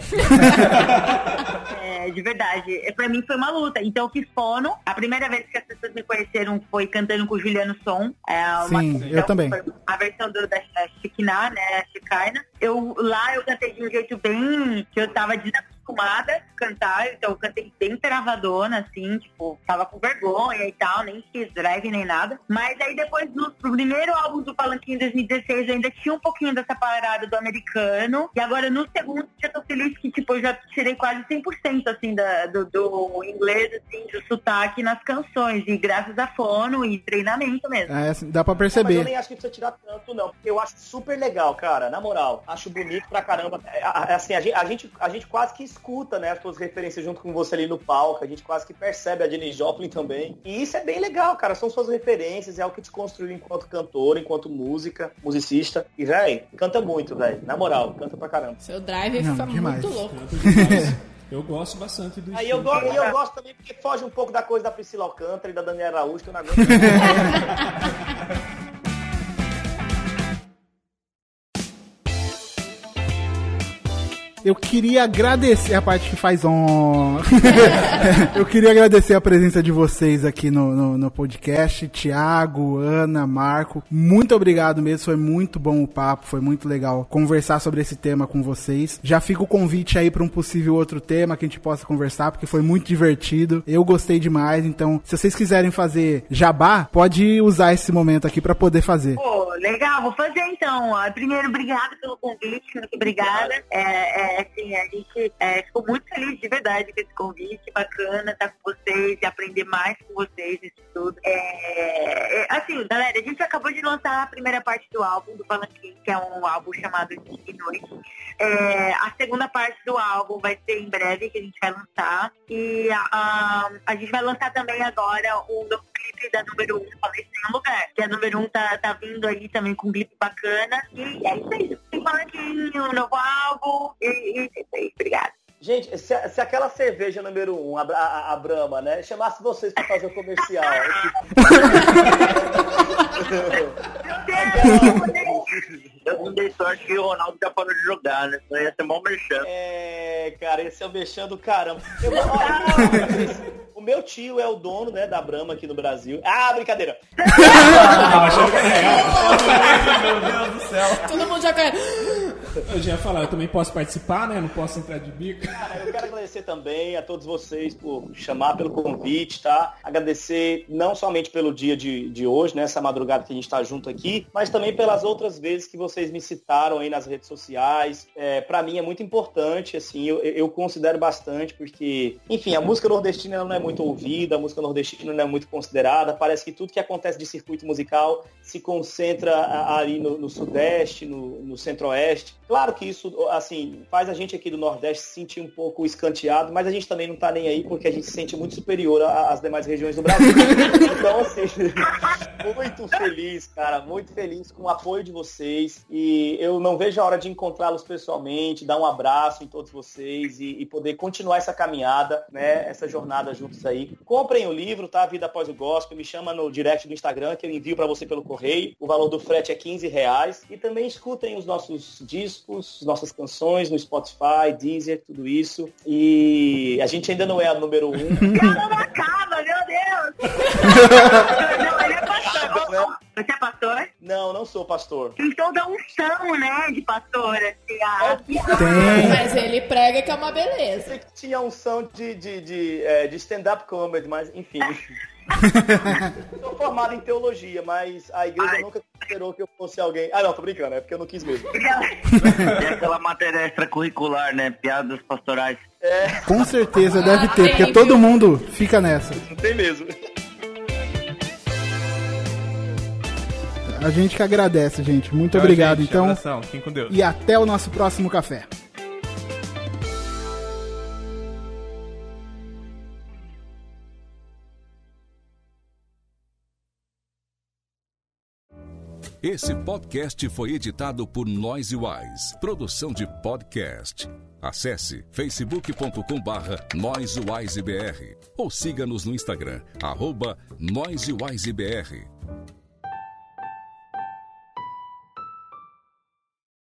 H: De verdade. Pra mim foi uma luta. Então eu fiz fono. A primeira vez que as pessoas me conheceram foi cantando com o Juliano Som.
D: Sim, eu também.
H: A versão da Chiquiná, né? A Chicaina. Eu cantei de um jeito bem... que eu tava desacostumada a cantar, então eu cantei bem travadona, assim, tipo, tava com vergonha e tal, nem fiz drive nem nada. Mas aí depois, no primeiro álbum do Palanquinho em 2016, eu ainda tinha um pouquinho dessa parada do americano. E agora no segundo, já tô feliz que, tipo, eu já tirei quase 100%, assim, do inglês, assim, do sotaque nas canções. E graças a fono e treinamento mesmo.
D: Assim, dá pra perceber.
B: Mas eu nem acho que precisa tirar tanto, não. Porque eu acho super legal, cara, na moral. Acho bonito pra caramba. Assim, a gente quase que escuta, né, as suas referências junto com você ali no palco. A gente quase que percebe a Janis Joplin também. E isso é bem legal, cara. São suas referências, é o que te construiu enquanto cantor, enquanto musicista. E, velho, canta muito, velho. Na moral, canta pra caramba.
E: Seu drive fica muito louco.
F: Eu gosto bastante do
B: Aí eu gosto também porque foge um pouco da coisa da Priscila Alcântara e da Daniela Araújo, que eu não aguento.
D: Eu queria agradecer a parte que faz Eu queria agradecer a presença de vocês aqui no podcast. Thiago, Ana, Marco, muito obrigado mesmo, foi muito bom o papo, foi muito legal conversar sobre esse tema com vocês. Já fica o convite aí para um possível outro tema que a gente possa conversar, porque foi muito divertido, eu gostei demais. Então, se vocês quiserem fazer jabá, pode usar esse momento aqui para poder fazer.
H: Pô, legal, vou fazer então. Primeiro, obrigada pelo convite, muito obrigada. Assim, a gente ficou muito feliz de verdade com esse convite, bacana estar com vocês e aprender mais com vocês nisso tudo. Assim, galera, a gente acabou de lançar a primeira parte do álbum do Palanquinho, que é um álbum chamado Dia e Noite. A segunda parte do álbum vai ser em breve, que a gente vai lançar. E a gente vai lançar também agora o novo clipe da número 1, Falei Sem Lugar, que a número 1 tá vindo aí também com um clipe bacana. E é isso aí, tem Palanquinho, um novo álbum e obrigada.
B: Gente, se aquela cerveja número 1, a Brahma, né, chamasse vocês pra fazer o comercial.
G: Eu não dei sorte que o Ronaldo já parou de jogar, né? Isso ia ser mó merchan.
B: Cara, esse é o merchan do caramba. O meu tio é o dono, né, da Brahma aqui no Brasil. Brincadeira.
A: Meu Deus do céu.
E: Todo mundo já caiu.
F: Eu já ia falar, eu também posso participar, né? Eu não posso entrar de bico.
B: Cara, eu quero agradecer também a todos vocês por chamar, pelo convite, tá? Agradecer não somente pelo dia de hoje, né? Essa madrugada que a gente tá junto aqui, mas também pelas outras vezes que vocês me citaram aí nas redes sociais. Pra mim é muito importante, assim, eu considero bastante, porque, enfim, a música nordestina não é muito ouvida, a música nordestina não é muito considerada, parece que tudo que acontece de circuito musical se concentra ali no Sudeste, no Centro-Oeste. Claro que isso, assim, faz a gente aqui do Nordeste se sentir um pouco escanteado, mas a gente também não tá nem aí, porque a gente se sente muito superior às demais regiões do Brasil. Então, assim, muito feliz, cara, muito feliz com o apoio de vocês, e eu não vejo a hora de encontrá-los pessoalmente, dar um abraço em todos vocês e poder continuar essa caminhada, né, essa jornada juntos aí. Comprem o livro, tá? Vida Após o Gospel, me chama no direct do Instagram, que eu envio pra você pelo correio. O valor do frete é R$15. E também escutem os nossos discos, nossas canções no Spotify, Deezer, tudo isso. E a gente ainda não é a número 1.
H: Não acaba, meu Deus! Não, ele é pastor. Você é pastor?
B: Não sou pastor.
H: Tem toda a unção, né, de pastor. Assim,
E: Mas ele prega que é uma beleza.
B: Eu sei que tinha unção de stand-up comedy, mas enfim. Sou formado em teologia, mas a igreja nunca considerou que eu fosse alguém... Ah, não, tô brincando, é porque eu não quis mesmo.
G: É aquela matéria extracurricular, né? Piadas pastorais.
D: Com certeza deve ter, porque todo mundo fica nessa.
B: Não tem mesmo.
D: A gente que agradece, gente. Muito obrigado,
A: gente,
D: então.
A: Abração. Fiquem com Deus.
D: E até o nosso próximo café.
C: Esse podcast foi editado por Noise Wise, produção de podcast. Acesse facebook.com/NoiseWiseBR ou siga-nos no Instagram, @NoiseWiseBR.